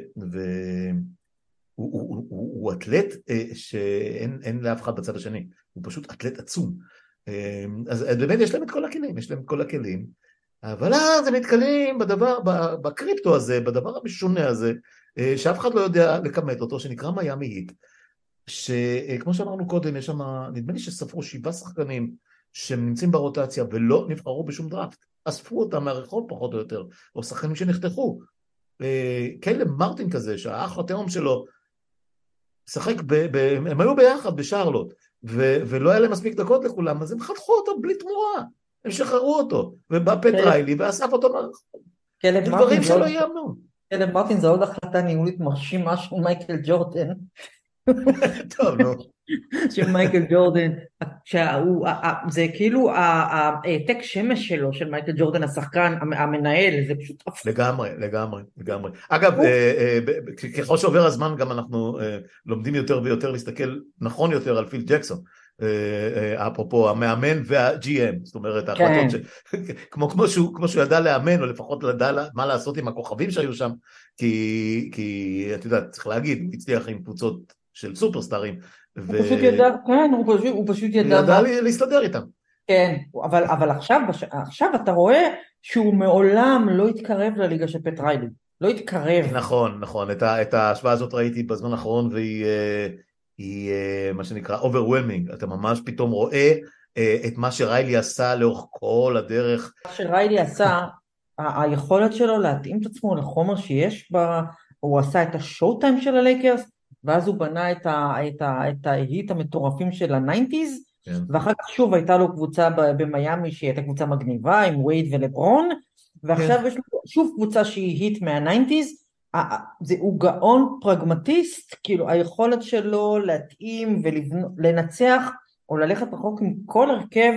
הוא אתלט שאין לאף אחד בצד השני, הוא פשוט אתלט עצום. אז באמת יש להם את כל הכלים, אבל אז הם מתקלים בקריפטו הזה, בדבר המשונה הזה, שאף אחד לא יודע לכמת אותו, שנקרא מיאמי היט, שכמו שאמרנו קודם, יש שם, נדמה לי שספרו 7 שחקנים שנמצאים ברוטציה ולא נבחרו בשום דראפט, אספו אותם מהרחוב פחות או יותר, או שחקנים שנחתכו. קיילב מרטין כזה, שהאח התאום שלו, שחק, הם היו ביחד בשרלוט, ולא היה להם מספיק דקות לכולם, אז הם חתכו אותו בלי תמורה, הם שחררו אותו, ובא פט ריילי ואסף אותו מהרחוב. דברים שלא יאמנו. קיילב מרטין זה עוד החלטה ניהולית מרשימה של מייקל ג'ורדן. טוב, נו. של מייקל ג'ורדן, זה כאילו העתק שמש שלו, של מייקל ג'ורדן, השחקן, המנהל, זה פשוט... לגמרי. אגב, ככל שעובר הזמן, גם אנחנו לומדים יותר ויותר להסתכל נכון יותר על פיל ג'קסון, אפרופו המאמן וה-GM, זאת אומרת, ההחלטות כמו שהוא ידע לאמן, או לפחות ידע מה לעשות עם הכוכבים שהיו שם, כי את יודעת, צריך להגיד, הוא הצליח עם קבוצות של סופרסטארים, הוא פשוט ידע, כן, הוא פשוט ידע להסתדר איתם. כן, אבל עכשיו אתה רואה שהוא מעולם לא התקרב לליגה של פט ריילי, לא התקרב. נכון, את ההשוואה הזאת ראיתי בזמן האחרון, והיא מה שנקרא overwhelming, אתה ממש פתאום רואה את מה שריילי עשה לאורך כל הדרך. מה שריילי עשה, היכולת שלו להתאים את עצמו לחומר שיש בה, הוא עשה את השואו טיים של הלייקרס, ואז הוא בנה את ההיט המטורפים של ה-90s, כן. ואחר כך שוב הייתה לו קבוצה במיימי שהיא הייתה קבוצה מגניבה עם וייד ולברון, ועכשיו כן. יש לו שוב קבוצה שהיא היט מה-90s, הוא גאון פרגמטיסט, כאילו היכולת שלו להתאים ולנצח או ללכת רחוק עם כל הרכב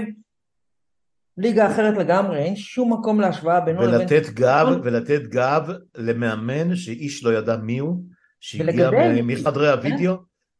ליגה אחרת לגמרי, אין שום מקום להשוואה בינו ולתת גב למאמן שאיש לא ידע מי הוא, שהגיע מחדרי הוידאו,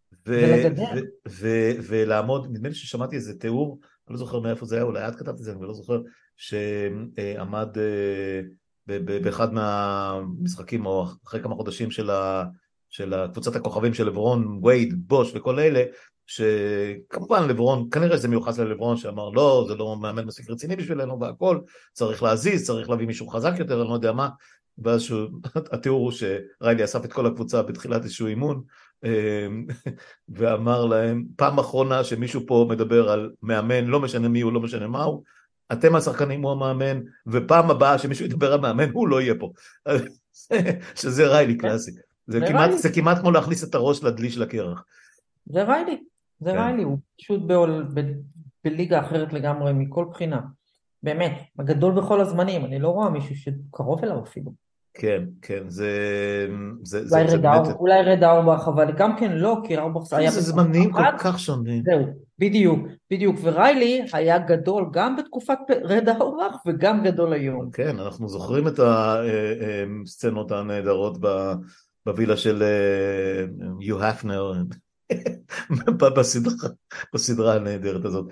ולעמוד, נדמה לי ששמעתי איזה תיאור, אני לא זוכר מאיפה זה היה, אולי את כתבת את זה, אני לא זוכר, שעמד באחד מהמשחקים, או אחרי כמה חודשים של קבוצת הכוכבים של לברון, וייד, בוש וכל אלה, שכמובן לברון, כנראה שזה מיוחס ללברון, שאמר לא, זה לא מאמן מספיק רציני בשבילנו, והכל צריך להזיז, צריך להביא מישהו חזק יותר, אני לא יודע מה, ואז התיאור הוא שריילי אסף את כל הקבוצה בתחילת איזשהו אימון, ואמר להם, פעם אחרונה שמישהו פה מדבר על מאמן, לא משנה מי הוא, לא משנה מה הוא, אתם השחקנים הוא המאמן, ופעם הבאה שמישהו ידבר על מאמן, הוא לא יהיה פה. שזה ריילי קלאסי. זה כמעט כמו להכניס את הראש לדלי של הקרח. זה ריילי, הוא פשוט בליגה אחרת לגמרי מכל בחינה. באמת, הגדול בכל הזמנים, אני לא רואה מישהו שקרוב אליו אפילו. כן, זה אולי רד אורבך, אבל גם כן לא, כי אורבך היה... זה זמנים כל כך שונים. זהו, בדיוק, וריילי היה גדול גם בתקופת רד אורבך וגם גדול היום. כן, אנחנו זוכרים את הסצנות הנהדרות בווילה של יו הפנר, בסדרה הנהדרת הזאת.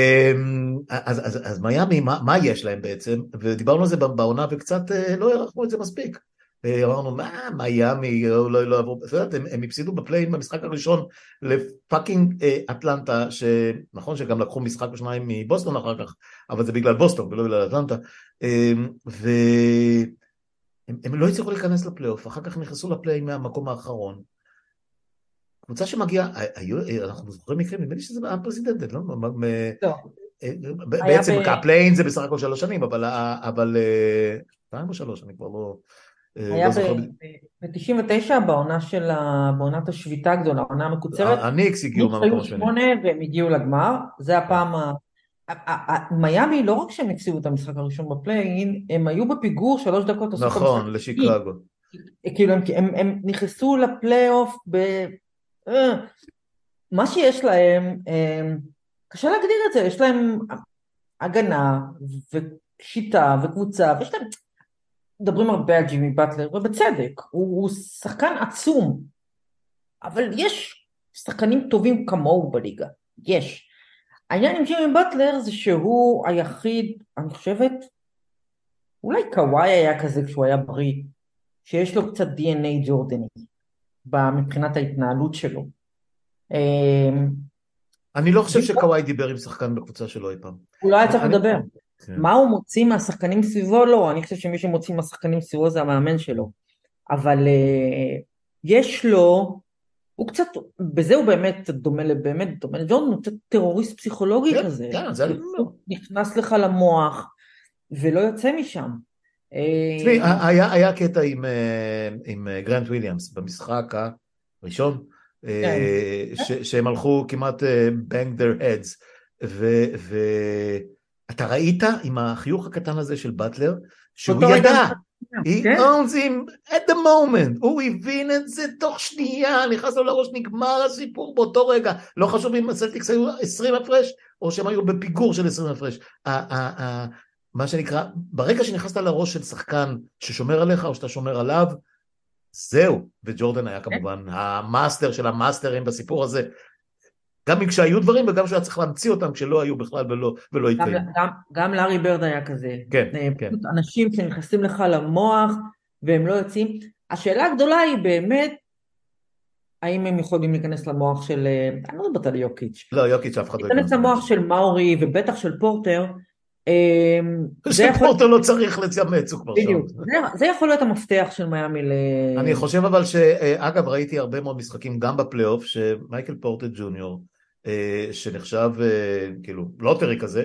אז מיאמי, מה יש להם בעצם? ודיברנו על זה בעונה וקצת לא הערכנו את זה מספיק. אמרנו, מיאמי, לא עברו, הם הפסידו בפליין במשחק הראשון לפאקינג אטלנטה, שנכון שגם לקחו משחק או שניים מבוסטון אחר כך, אבל זה בגלל בוסטון ולא בגלל אטלנטה, והם לא הצליחו להיכנס לפלייאוף, אחר כך נכנסו לפליין מהמקום האחרון, קבוצה שמגיעה, אנחנו זוכרים מקרים, נדמה לי שזה הפרזידנטית, לא? בעצם הפליין זה בסך הכל 3 שנים, אבל 2 או 3, אני כבר לא זוכר. ב-99 בעונת השביתה הגדולה, העונה המקוצרת, הניקס הגיעו מהמקום השני. והם הגיעו לגמר, זה הפעם, מיאמי לא רק שהם הפסידו את המשחק הראשון בפליין, הם היו בפיגור 3 דקות. נכון, לשיקגו. כאילו הם נכנסו לפלייאוף מה שיש להם, קשה להגדיר את זה, יש להם הגנה ושיטה וקבוצה, ויש להם, מדברים הרבה על ג'ימי באטלר, ובצדק, הוא שחקן עצום, אבל יש שחקנים טובים כמוהו בליגה, יש. העניין עם ג'ימי באטלר זה שהוא היחיד, אני חושבת, אולי קוואי היה כזה כשהוא היה בריא, שיש לו קצת DNA ג'ורדני, מבחינת ההתנהלות שלו. אני לא חושב ואם שקוואי דיבר עם שחקן בקבוצה שלו אי פעם. הוא לא היה צריך לדבר. כן. מה הוא מוציא מהשחקנים סביבו? לא, אני חושב שמי שמוציא מהשחקנים סביבו זה המאמן שלו. אבל יש לו, הוא קצת, בזה הוא באמת דומה לג'ורדן, הוא קצת טרוריסט פסיכולוגי כן, כזה. כן, זה אני אומר. נכנס לך למוח ולא יוצא משם. תשמעי, היה קטע עם גרנט וויליאמס במשחק הראשון, כן. שהם הלכו כמעט bang their heads, ואתה ראית עם החיוך הקטן הזה של באטלר, שהוא באותו רגע, ידע, he כן? owns him at the moment, הוא הבין את זה תוך שנייה, נכנס לו לראש, נגמר הסיפור באותו רגע, לא חשוב אם הסלטיקס היו 20 הפרש, או שהם היו בפיגור של 20 הפרש, מה שנקרא, ברגע שנכנסת לראש של שחקן ששומר עליך או שאתה שומר עליו, זהו, וג'ורדן היה כמובן המאסטר של המאסטרים בסיפור הזה, גם כשהיו דברים וגם כשהיה צריך להמציא אותם כשלא היו בכלל ולא התקיימו. גם לארי ברד היה כזה. כן, כן. אנשים שנכנסים לך למוח והם לא יוצאים. השאלה הגדולה היא באמת, האם הם יכולים להיכנס למוח של, אני לא מדברת על יוקיץ'. לא, יוקיץ' אף אחד לא להיכנס למוח של מאורי ובטח של פורטר, שפורטר לא צריך לצמץ, הוא כבר שם. בדיוק, זה יכול להיות המפתח של מיאמי אני חושב אבל שאגב ראיתי הרבה מאוד משחקים גם בפלייאוף, שמייקל פורטר ג'וניור, שנחשב כאילו לוטרי כזה,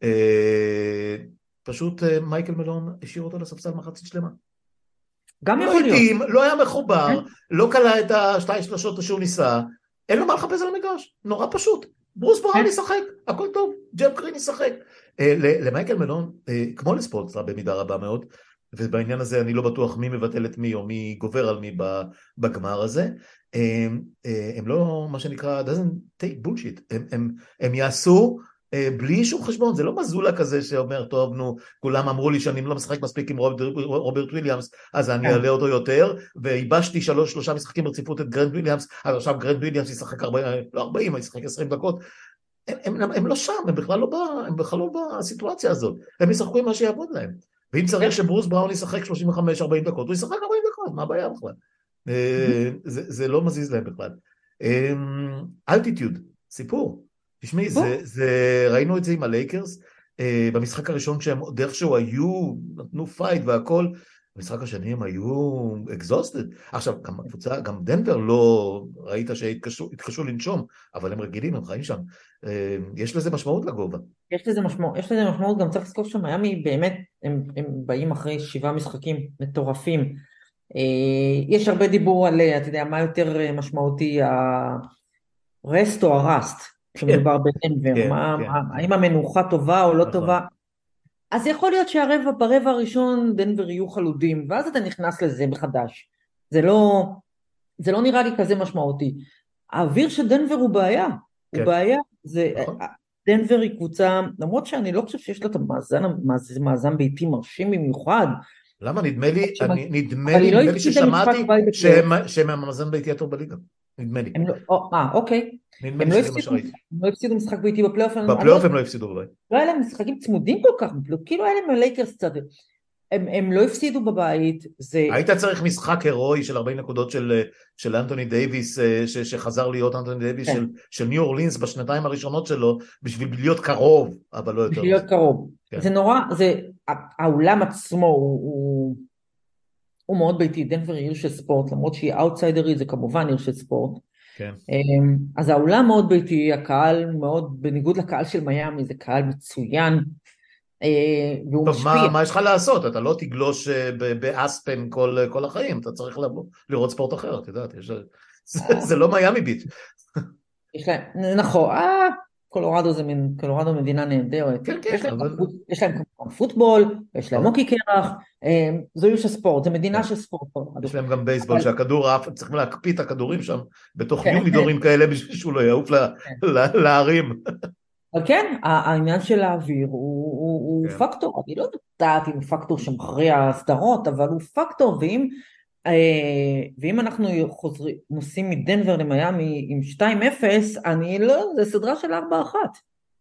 פשוט מייקל מלון השאיר אותו לספסל מחצית שלמה. גם לא יכול להיות. התאים, לא היה מחובר, לא קלה את השתיים שלושות שהוא ניסה, אין לו מה לחפש על המגרש, נורא פשוט. ברוס בראון ישחק, הכל טוב, ג'ב קרין ישחק. למייקל מלון, כמו לספולסטרה במידה רבה מאוד, ובעניין הזה אני לא בטוח מי מבטל את מי או מי גובר על מי בגמר הזה, הם לא מה שנקרא doesn't take bullshit, הם יעשו בלי שום חשבון, זה לא מזולה כזה שאומר טוב נו, כולם אמרו לי שאני לא משחק מספיק עם רוברט וויליאמס, אז אני אעלה אותו יותר, והיבשתי שלושה משחקים ברציפות את גרנט וויליאמס, אז עכשיו גרנט וויליאמס ישחק 40, ישחק 20 דקות, הם לא שם, הם בכלל לא בסיטואציה הזאת, הם ישחקו עם מה שיעבוד להם, ואם צריך שברוס בראון ישחק 35-40 דקות, הוא ישחק 40 דקות, מה הבעיה בכלל? זה לא מזיז להם בכלל. אלטיטיוד, סיפור. תשמעי, ראינו את זה עם הלייקרס, במשחק הראשון כשהם עוד איכשהו היו, נתנו פייט והכל, במשחק השני הם היו exhausted. עכשיו, גם הקבוצה, גם דנבר לא, ראית שהתקשו לנשום, אבל הם רגילים, הם חיים שם. יש לזה משמעות לגובה. יש לזה משמעות, גם צריך לזכור שמיאמי באמת, הם באים אחרי 7 משחקים מטורפים. יש הרבה דיבור על, אתה יודע, מה יותר משמעותי, הרסט או הרסט, כשמדובר בדנבר, האם המנוחה טובה או לא טובה. אז יכול להיות ברבע הראשון דנבר יהיו חלודים, ואז אתה נכנס לזה מחדש. זה לא נראה לי כזה משמעותי. האוויר של דנבר הוא בעיה, הוא בעיה. דנבר היא קבוצה, למרות שאני לא חושב שיש לה את מאזן ביתי מרשים במיוחד. למה? נדמה לי ששמעתי שהם המאזן ביתי הטוב בליגה. נדמה לי. אוקיי. נדמה לי שזה מה שראיתי. הם לא הפסידו משחק ביתי בפלייאוף. בפלייאוף הם לא הפסידו בבית. לא היה להם משחקים צמודים כל כך, כאילו היה להם לייקרס קצת. הם לא הפסידו בבית. היית צריך משחק הירואי של 40 נקודות של אנטוני דייביס, שחזר להיות אנטוני דייביס של ניו אורלינס בשנתיים הראשונות שלו, בשביל להיות קרוב, אבל לא יותר. בשביל להיות קרוב. זה נורא, העולם עצמו הוא מאוד ביתי, דנבר היא עיר של ספורט, למרות שהיא אאוטסיידרית, זה כמובן עיר של ספורט. כן. אז העולם מאוד ביתי, הקהל מאוד, בניגוד לקהל של מיאמי, זה קהל מצוין, והוא משפיע. טוב, מה יש לך לעשות? אתה לא תגלוש באספן כל החיים, אתה צריך לראות ספורט אחר, את יודעת, זה לא מיאמי ביץ'. נכון, קולורדו מדינה נהדרת. כן, כן, אבל... יש להם כמובן פוטבול, יש להם ברור. הוקי קרח, זו עיר של ספורט, זו מדינה כן. של ספורט, קולורדו. יש להם גם בייסבול אבל, שהכדור עף, צריכים להקפיא את הכדורים שם בתוך כן, יומידורים כאלה בשביל שהוא לא יעוף כן. להרים. אבל כן, העניין של האוויר הוא כן. פקטור, אני לא יודעת אם הוא פקטור שמכריע סדרות, אבל הוא פקטור, ואם אנחנו נוסעים מדנבר למיאמי עם 2-0, אני לא, זה סדרה של 4-1.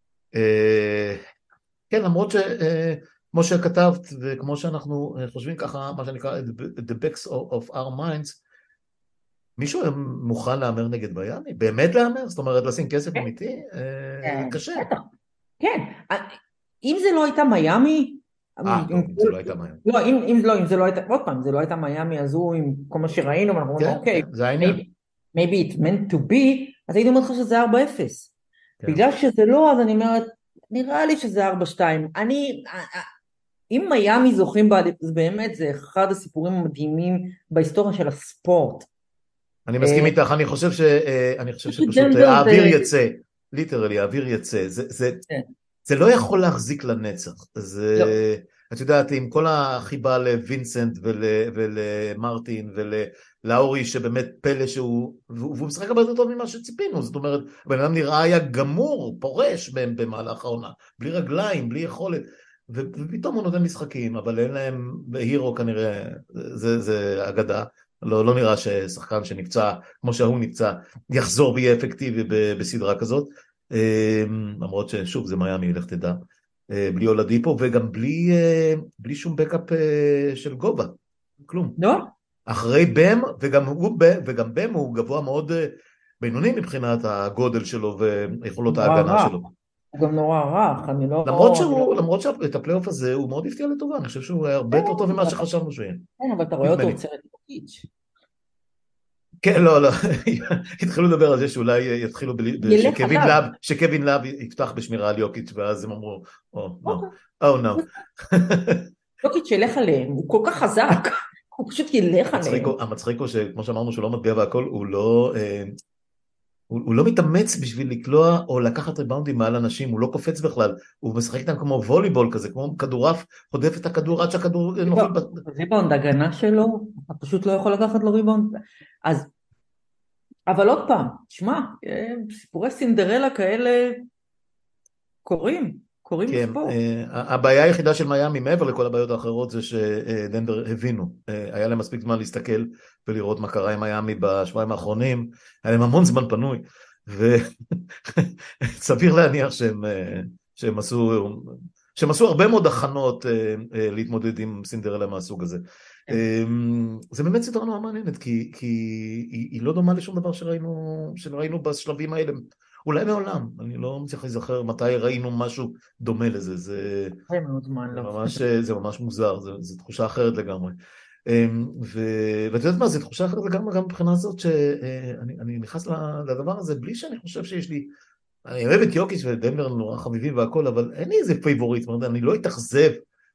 כן, למרות כמו שכתבת, וכמו שאנחנו חושבים ככה, מה שנקרא, the backs of our minds, מישהו מוכן להמר נגד מיאמי? באמת להמר? זאת אומרת, לשים כסף אמיתי? זה כן, קשה. בטח, כן. אם זה לא הייתה מיאמי, טוב, אם זה לא הייתה מיאמי. לא, אם זה לא הייתה, עוד פעם, זה לא הייתה מיאמי הזו עם כל מה שראינו, ואנחנו אומרים, כן, אוקיי, כן, זה העניין. maybe it meant to be, אז הייתי אומרת לך שזה 4-0. כן. בגלל שזה לא, אז אני אומרת, נראה לי שזה 4-2. אם מיאמי זוכים אז באמת זה אחד הסיפורים המדהימים בהיסטוריה של הספורט. אני מסכים איתך, אני חושב שפשוט דנבר האוויר יצא, ליטרלי, האוויר יצא. זה לא יכול להחזיק לנצח. לא. את יודעת, עם כל החיבה לווינסנט ולמרטין ולאורי, שבאמת פלא והוא משחק הרבה יותר טוב ממה שציפינו. זאת אומרת, הבן אדם נראה היה גמור, פורש במהלך העונה, בלי רגליים, בלי יכולת. ופתאום הוא נותן משחקים, אבל אין להם, הירו כנראה, זה אגדה. לא נראה ששחקן שנפצע, כמו שהוא נפצע, יחזור ויהיה אפקטיבי בסדרה כזאת. למרות ששוב זה מיאמי, לך תדע, בלי אולדיפו וגם בלי שום בקאפ של גובה, כלום. לא? אחרי בם, וגם בם הוא גבוה מאוד בינוני מבחינת הגודל שלו ויכולות ההגנה שלו. הוא גם נורא רך, אני לא... למרות שאת הפלייאוף הזה הוא מאוד הפתיע לטובה, אני חושב שהוא היה הרבה יותר טוב ממה שחשחווין שהוא יהיה. כן, אבל אתה רואה אותו עוצר את יוקיץ'. כן, לא, התחילו לדבר על זה שאולי יתחילו שקווין לאב יפתח בשמירה על יוקיץ' ואז הם אמרו, no. יוקיץ' ילך עליהם, הוא כל כך חזק, הוא פשוט ילך עליהם. המצחיק הוא שכמו שאמרנו שהוא לא מטביע והכל, הוא לא מתאמץ בשביל לקלוע או לקחת ריבאונדים מעל אנשים, הוא לא קופץ בכלל, הוא משחק איתם כמו ווליבול כזה, כמו כדורף, חודף את הכדור עד שהכדור נופל. ריבאונד, הגנה שלו, אתה פשוט לא יכול לקחת לו ריבאונד. אז, אבל עוד פעם, תשמע, סיפורי סינדרלה כאלה קורים בספורט. הבעיה היחידה של מיאמי, מעבר לכל הבעיות האחרות, זה שדנבר הבינו, היה להם מספיק זמן להסתכל ולראות מה קרה עם מיאמי בשבועיים האחרונים, היה להם המון זמן פנוי, וסביר להניח שהם עשו הרבה מאוד הכנות להתמודד עם סינדרלה מהסוג הזה. זה באמת סדרה נורא מעניינת, כי היא לא דומה לשום דבר שראינו בשלבים האלה, אולי מעולם, אני לא מצליח להיזכר מתי ראינו משהו דומה לזה, זה ממש מוזר, זו תחושה אחרת לגמרי. ואת יודעת מה, זו תחושה אחרת לגמרי גם מבחינה זאת, שאני נכנס לדבר הזה בלי שאני חושב שיש לי, אני אוהב את יוקיץ' ודנבר נורא חביבים והכל, אבל אין לי איזה פייבוריט, אני לא אתאכזב,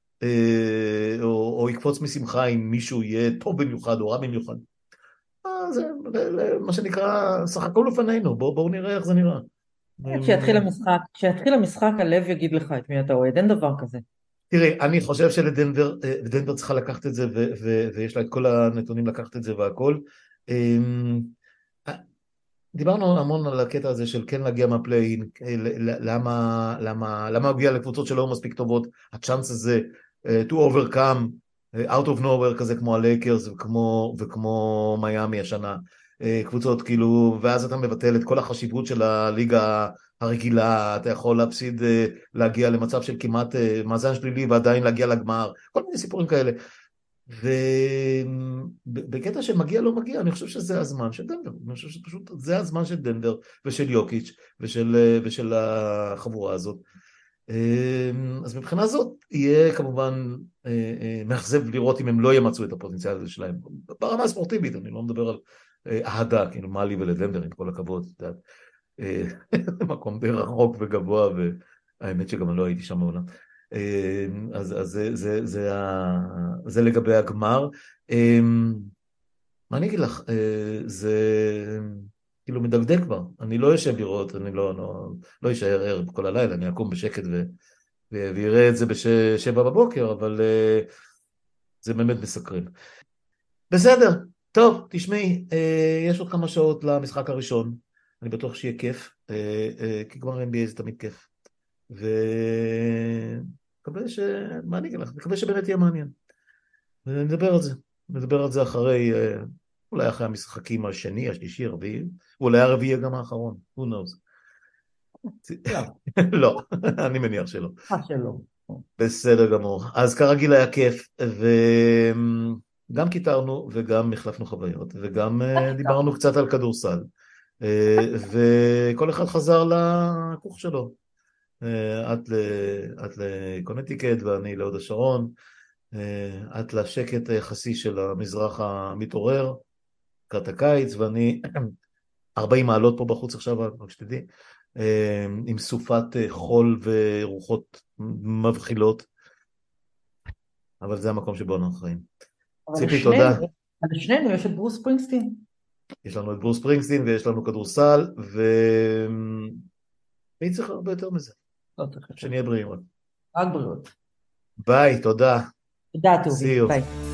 או יקפוץ משמחה אם מישהו יהיה טוב במיוחד או רע במיוחד. זה מה שנקרא, שחקו לפנינו, בואו נראה איך זה נראה. כשיתחיל המשחק, הלב יגיד לך את מי אתה אוהד, אין דבר כזה. תראי, אני חושב דנבר צריכה לקחת את זה, ויש לה את כל הנתונים לקחת את זה והכל. דיברנו המון על הקטע הזה של כן להגיע מהפליין, למה להגיע לקבוצות שלא מספיק טובות, הצ'אנס הזה, to overcome, out of nowhere כזה כמו הלייקרס וכמו מיאמי השנה, קבוצות כאילו, ואז אתה מבטל את כל החשיבות של הליגה הרגילה, אתה יכול להגיע למצב של כמעט מאזן שלילי ועדיין להגיע לגמר, כל מיני סיפורים כאלה. ובקטע שמגיע לא מגיע, אני חושב שזה הזמן של דנבר, אני חושב שפשוט זה הזמן של דנבר ושל יוקיץ' ושל החבורה הזאת. אז מבחינה זאת יהיה כמובן מאכזב לראות אם הם לא ימצאו את הפוטנציאל הזה שלהם ברמה הספורטיבית, אני לא מדבר על אהדה, כאילו מה לי ולדנבר עם כל הכבוד, מקום די רחוק וגבוה, והאמת שגם אני לא הייתי שם מעולם. אז זה לגבי הגמר. מה אני אגיד לך, זה כאילו מדגדג כבר, אני לא יושב לראות, אני לא אשאר ערב כל הלילה, אני אקום בשקט ויראה את זה בשבע בבוקר, אבל זה באמת מסקרן. בסדר, טוב, תשמעי, יש עוד כמה שעות למשחק הראשון, אני בטוח שיהיה כיף, כי כבר NBA זה תמיד כיף, ומקווה מה אני אגיד לך, מקווה שבאמת יהיה מעניין, ונדבר על זה, נדבר על זה אחרי, אולי אחרי המשחקים השני, השלישי, הרביעי, ואולי הרביעי יהיה גם האחרון, who knows. לא, לא, אני מניח שלא. מה שלא. בסדר גמור. אז כרגיל היה כיף, וגם קיטרנו וגם החלפנו חוויות, וגם דיברנו קצת על כדורסל, וכל אחד חזר לכוך שלו. את לקונטיקט ואני להוד השרון, את לשקט היחסי של המזרח המתעורר, לקראת הקיץ, ואני 40 מעלות פה בחוץ עכשיו, רק שתדעי, עם סופת חול ורוחות מבחילות, אבל זה המקום שבו אנחנו חיים. ציפי, תודה. אבל לשנינו יש את ברוס ספרינגסטין. יש לנו את ברוס ספרינגסטין ויש לנו כדורסל, מי צריך הרבה יותר מזה? לא צריך יותר. שנהיה בריאים. רק בריאות. ביי, תודה. תודה, טובי. See you. ביי.